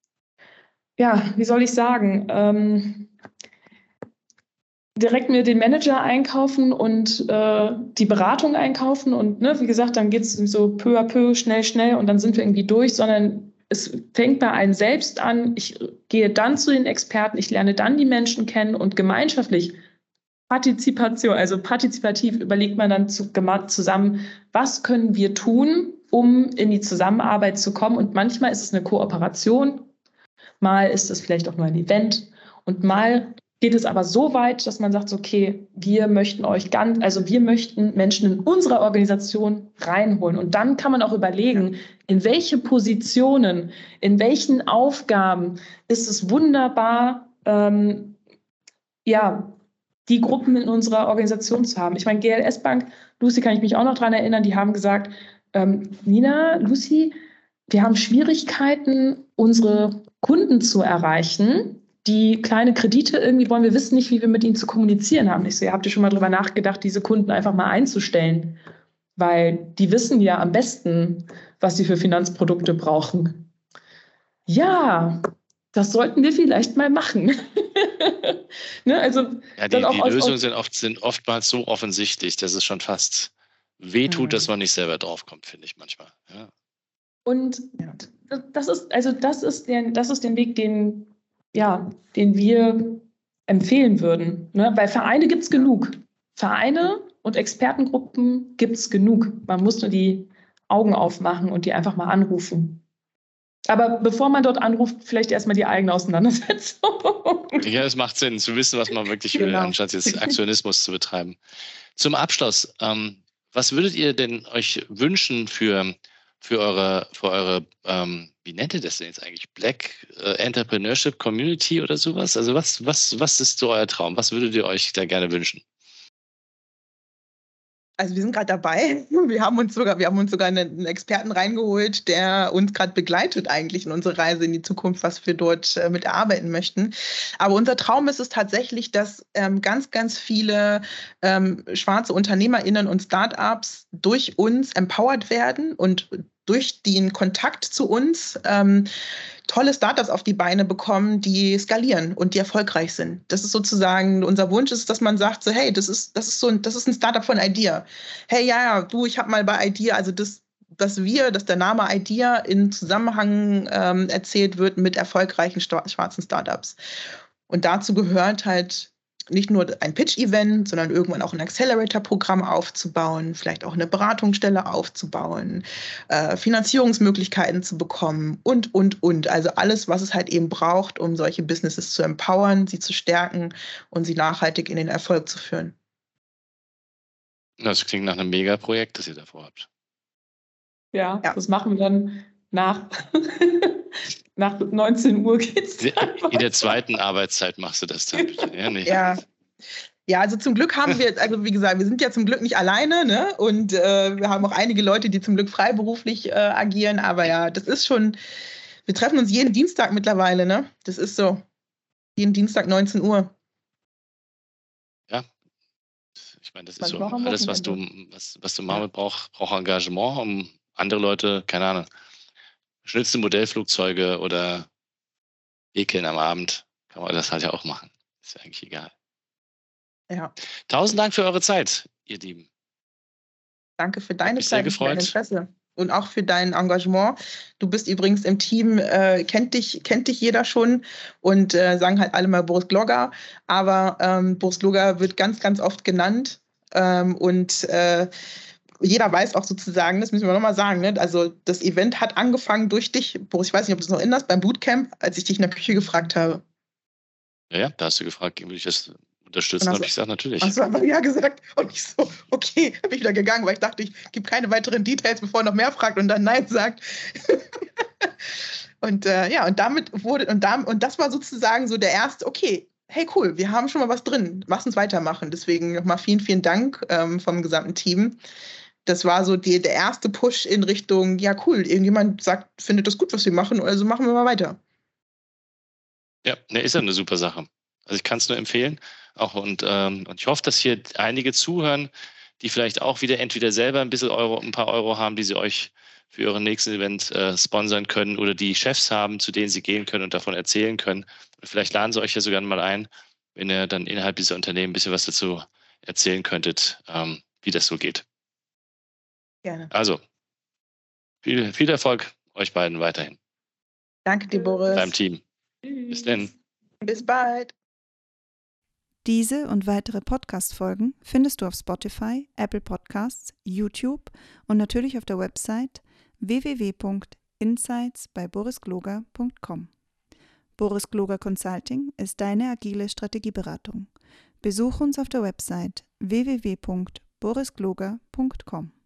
[SPEAKER 3] Ja, wie soll ich sagen, direkt mir den Manager einkaufen und die Beratung einkaufen und wie gesagt, dann geht es so peu à peu, schnell und dann sind wir irgendwie durch, sondern es fängt bei einem selbst an. Ich gehe dann zu den Experten, ich lerne dann die Menschen kennen und gemeinschaftlich partizipativ überlegt man dann zusammen, was können wir tun, um in die Zusammenarbeit zu kommen. Und manchmal ist es eine Kooperation, mal ist es vielleicht auch nur ein Event und mal geht es aber so weit, dass man sagt, okay, wir möchten Menschen in unserer Organisation reinholen. Und dann kann man auch überlegen, in welche Positionen, in welchen Aufgaben ist es wunderbar, die Gruppen in unserer Organisation zu haben. Ich meine, GLS Bank, Lucy, kann ich mich auch noch daran erinnern, die haben gesagt, Nina, Lucy, wir haben Schwierigkeiten, unsere Kunden zu erreichen, die kleine Kredite irgendwie wollen. Wir wissen nicht, wie wir mit ihnen zu kommunizieren haben. Ich so, habt ihr schon mal drüber nachgedacht, diese Kunden einfach mal einzustellen? Weil die wissen ja am besten, was sie für Finanzprodukte brauchen. Ja, das sollten wir vielleicht mal machen. Also,
[SPEAKER 2] ja, die Lösungen sind oftmals so offensichtlich, dass es schon fast wehtut, dass man nicht selber draufkommt, finde ich manchmal. Ja.
[SPEAKER 3] Und das ist den Weg, den wir empfehlen würden. Ne? Weil Vereine gibt es genug. Vereine und Expertengruppen gibt es genug. Man muss nur die Augen aufmachen und die einfach mal anrufen. Aber bevor man dort anruft, vielleicht erstmal die eigene Auseinandersetzung.
[SPEAKER 2] Ja, es macht Sinn, zu wissen, was man wirklich will, anstatt jetzt Aktionismus zu betreiben. Zum Abschluss, was würdet ihr denn euch wünschen für eure wie nennt ihr das denn jetzt eigentlich? Black Entrepreneurship Community oder sowas? Also was ist so euer Traum? Was würdet ihr euch da gerne wünschen?
[SPEAKER 4] Also wir sind gerade dabei. Wir haben uns sogar einen Experten reingeholt, der uns gerade begleitet eigentlich in unsere Reise in die Zukunft, was wir dort mit erarbeiten möchten. Aber unser Traum ist es tatsächlich, dass ganz, ganz viele schwarze UnternehmerInnen und Startups durch uns empowered werden und durch den Kontakt zu uns tolle Startups auf die Beine bekommen, die skalieren und die erfolgreich sind. Das ist sozusagen unser Wunsch, ist, dass man sagt, so, hey, das ist ein Startup von Idea. Hey, ja, du, ich habe mal bei Idea, also dass der Name Idea in Zusammenhang erzählt wird mit erfolgreichen schwarzen Startups. Und dazu gehört halt nicht nur ein Pitch-Event, sondern irgendwann auch ein Accelerator-Programm aufzubauen, vielleicht auch eine Beratungsstelle aufzubauen, Finanzierungsmöglichkeiten zu bekommen und. Also alles, was es halt eben braucht, um solche Businesses zu empowern, sie zu stärken und sie nachhaltig in den Erfolg zu führen.
[SPEAKER 2] Das klingt nach einem Megaprojekt, das ihr davor habt.
[SPEAKER 3] Ja, das machen wir dann nach 19 Uhr geht's.
[SPEAKER 2] In der zweiten Arbeitszeit machst du das dann bitte. Ja, nee.
[SPEAKER 4] Ja, also zum Glück haben wir, also wie gesagt, wir sind ja zum Glück nicht alleine, ne? Und wir haben auch einige Leute, die zum Glück freiberuflich agieren. Aber ja, das ist schon, wir treffen uns jeden Dienstag mittlerweile, ne? Das ist so. Jeden Dienstag 19 Uhr.
[SPEAKER 2] Ja. Ich meine, das ist so alles, was du machen braucht Engagement, um andere Leute, keine Ahnung, schnellste Modellflugzeuge oder Häkeln am Abend, kann man das halt ja auch machen. Ist ja eigentlich egal.
[SPEAKER 4] Ja.
[SPEAKER 2] 1000 Dank für eure Zeit, ihr Lieben.
[SPEAKER 4] Danke für deine Zeit und
[SPEAKER 2] für dein
[SPEAKER 4] Interesse und auch für dein Engagement. Du bist übrigens im Team, kennt dich jeder schon und sagen halt alle mal Boris Gloger, aber Boris Gloger wird ganz, ganz oft genannt und jeder weiß auch sozusagen, das müssen wir nochmal sagen, ne? Also das Event hat angefangen durch dich, Boris, ich weiß nicht, ob du es noch erinnerst, beim Bootcamp, als ich dich in der Küche gefragt habe.
[SPEAKER 2] Ja, da hast du gefragt, will ich das unterstützen? Habe ich gesagt, natürlich.
[SPEAKER 4] Hast du einfach ja gesagt und ich so, okay, bin ich wieder gegangen, weil ich dachte, ich gebe keine weiteren Details, bevor er noch mehr fragt und dann Nein sagt. Und und das war sozusagen so der erste, okay, hey cool, wir haben schon mal was drin, lass uns weitermachen. Deswegen nochmal vielen, vielen Dank vom gesamten Team. Das war so der erste Push in Richtung, ja cool, irgendjemand sagt, findet das gut, was wir machen, also machen wir mal weiter.
[SPEAKER 2] Ja, ist ja eine super Sache. Also ich kann es nur empfehlen. Auch und ich hoffe, dass hier einige zuhören, die vielleicht auch wieder entweder selber ein paar Euro haben, die sie euch für euren nächsten Event sponsern können oder die Chefs haben, zu denen sie gehen können und davon erzählen können. Und vielleicht laden sie euch ja sogar mal ein, wenn ihr dann innerhalb dieser Unternehmen ein bisschen was dazu erzählen könntet, wie das so geht.
[SPEAKER 4] Gerne.
[SPEAKER 2] Also, viel Erfolg euch beiden weiterhin.
[SPEAKER 4] Danke dir, Boris.
[SPEAKER 2] Deinem Team. Bis dann.
[SPEAKER 4] Bis bald.
[SPEAKER 1] Diese und weitere Podcast-Folgen findest du auf Spotify, Apple Podcasts, YouTube und natürlich auf der Website www.insights-bei-boris-gloger.com. Boris Gloger Consulting ist deine agile Strategieberatung. Besuch uns auf der Website www.borisgloger.com.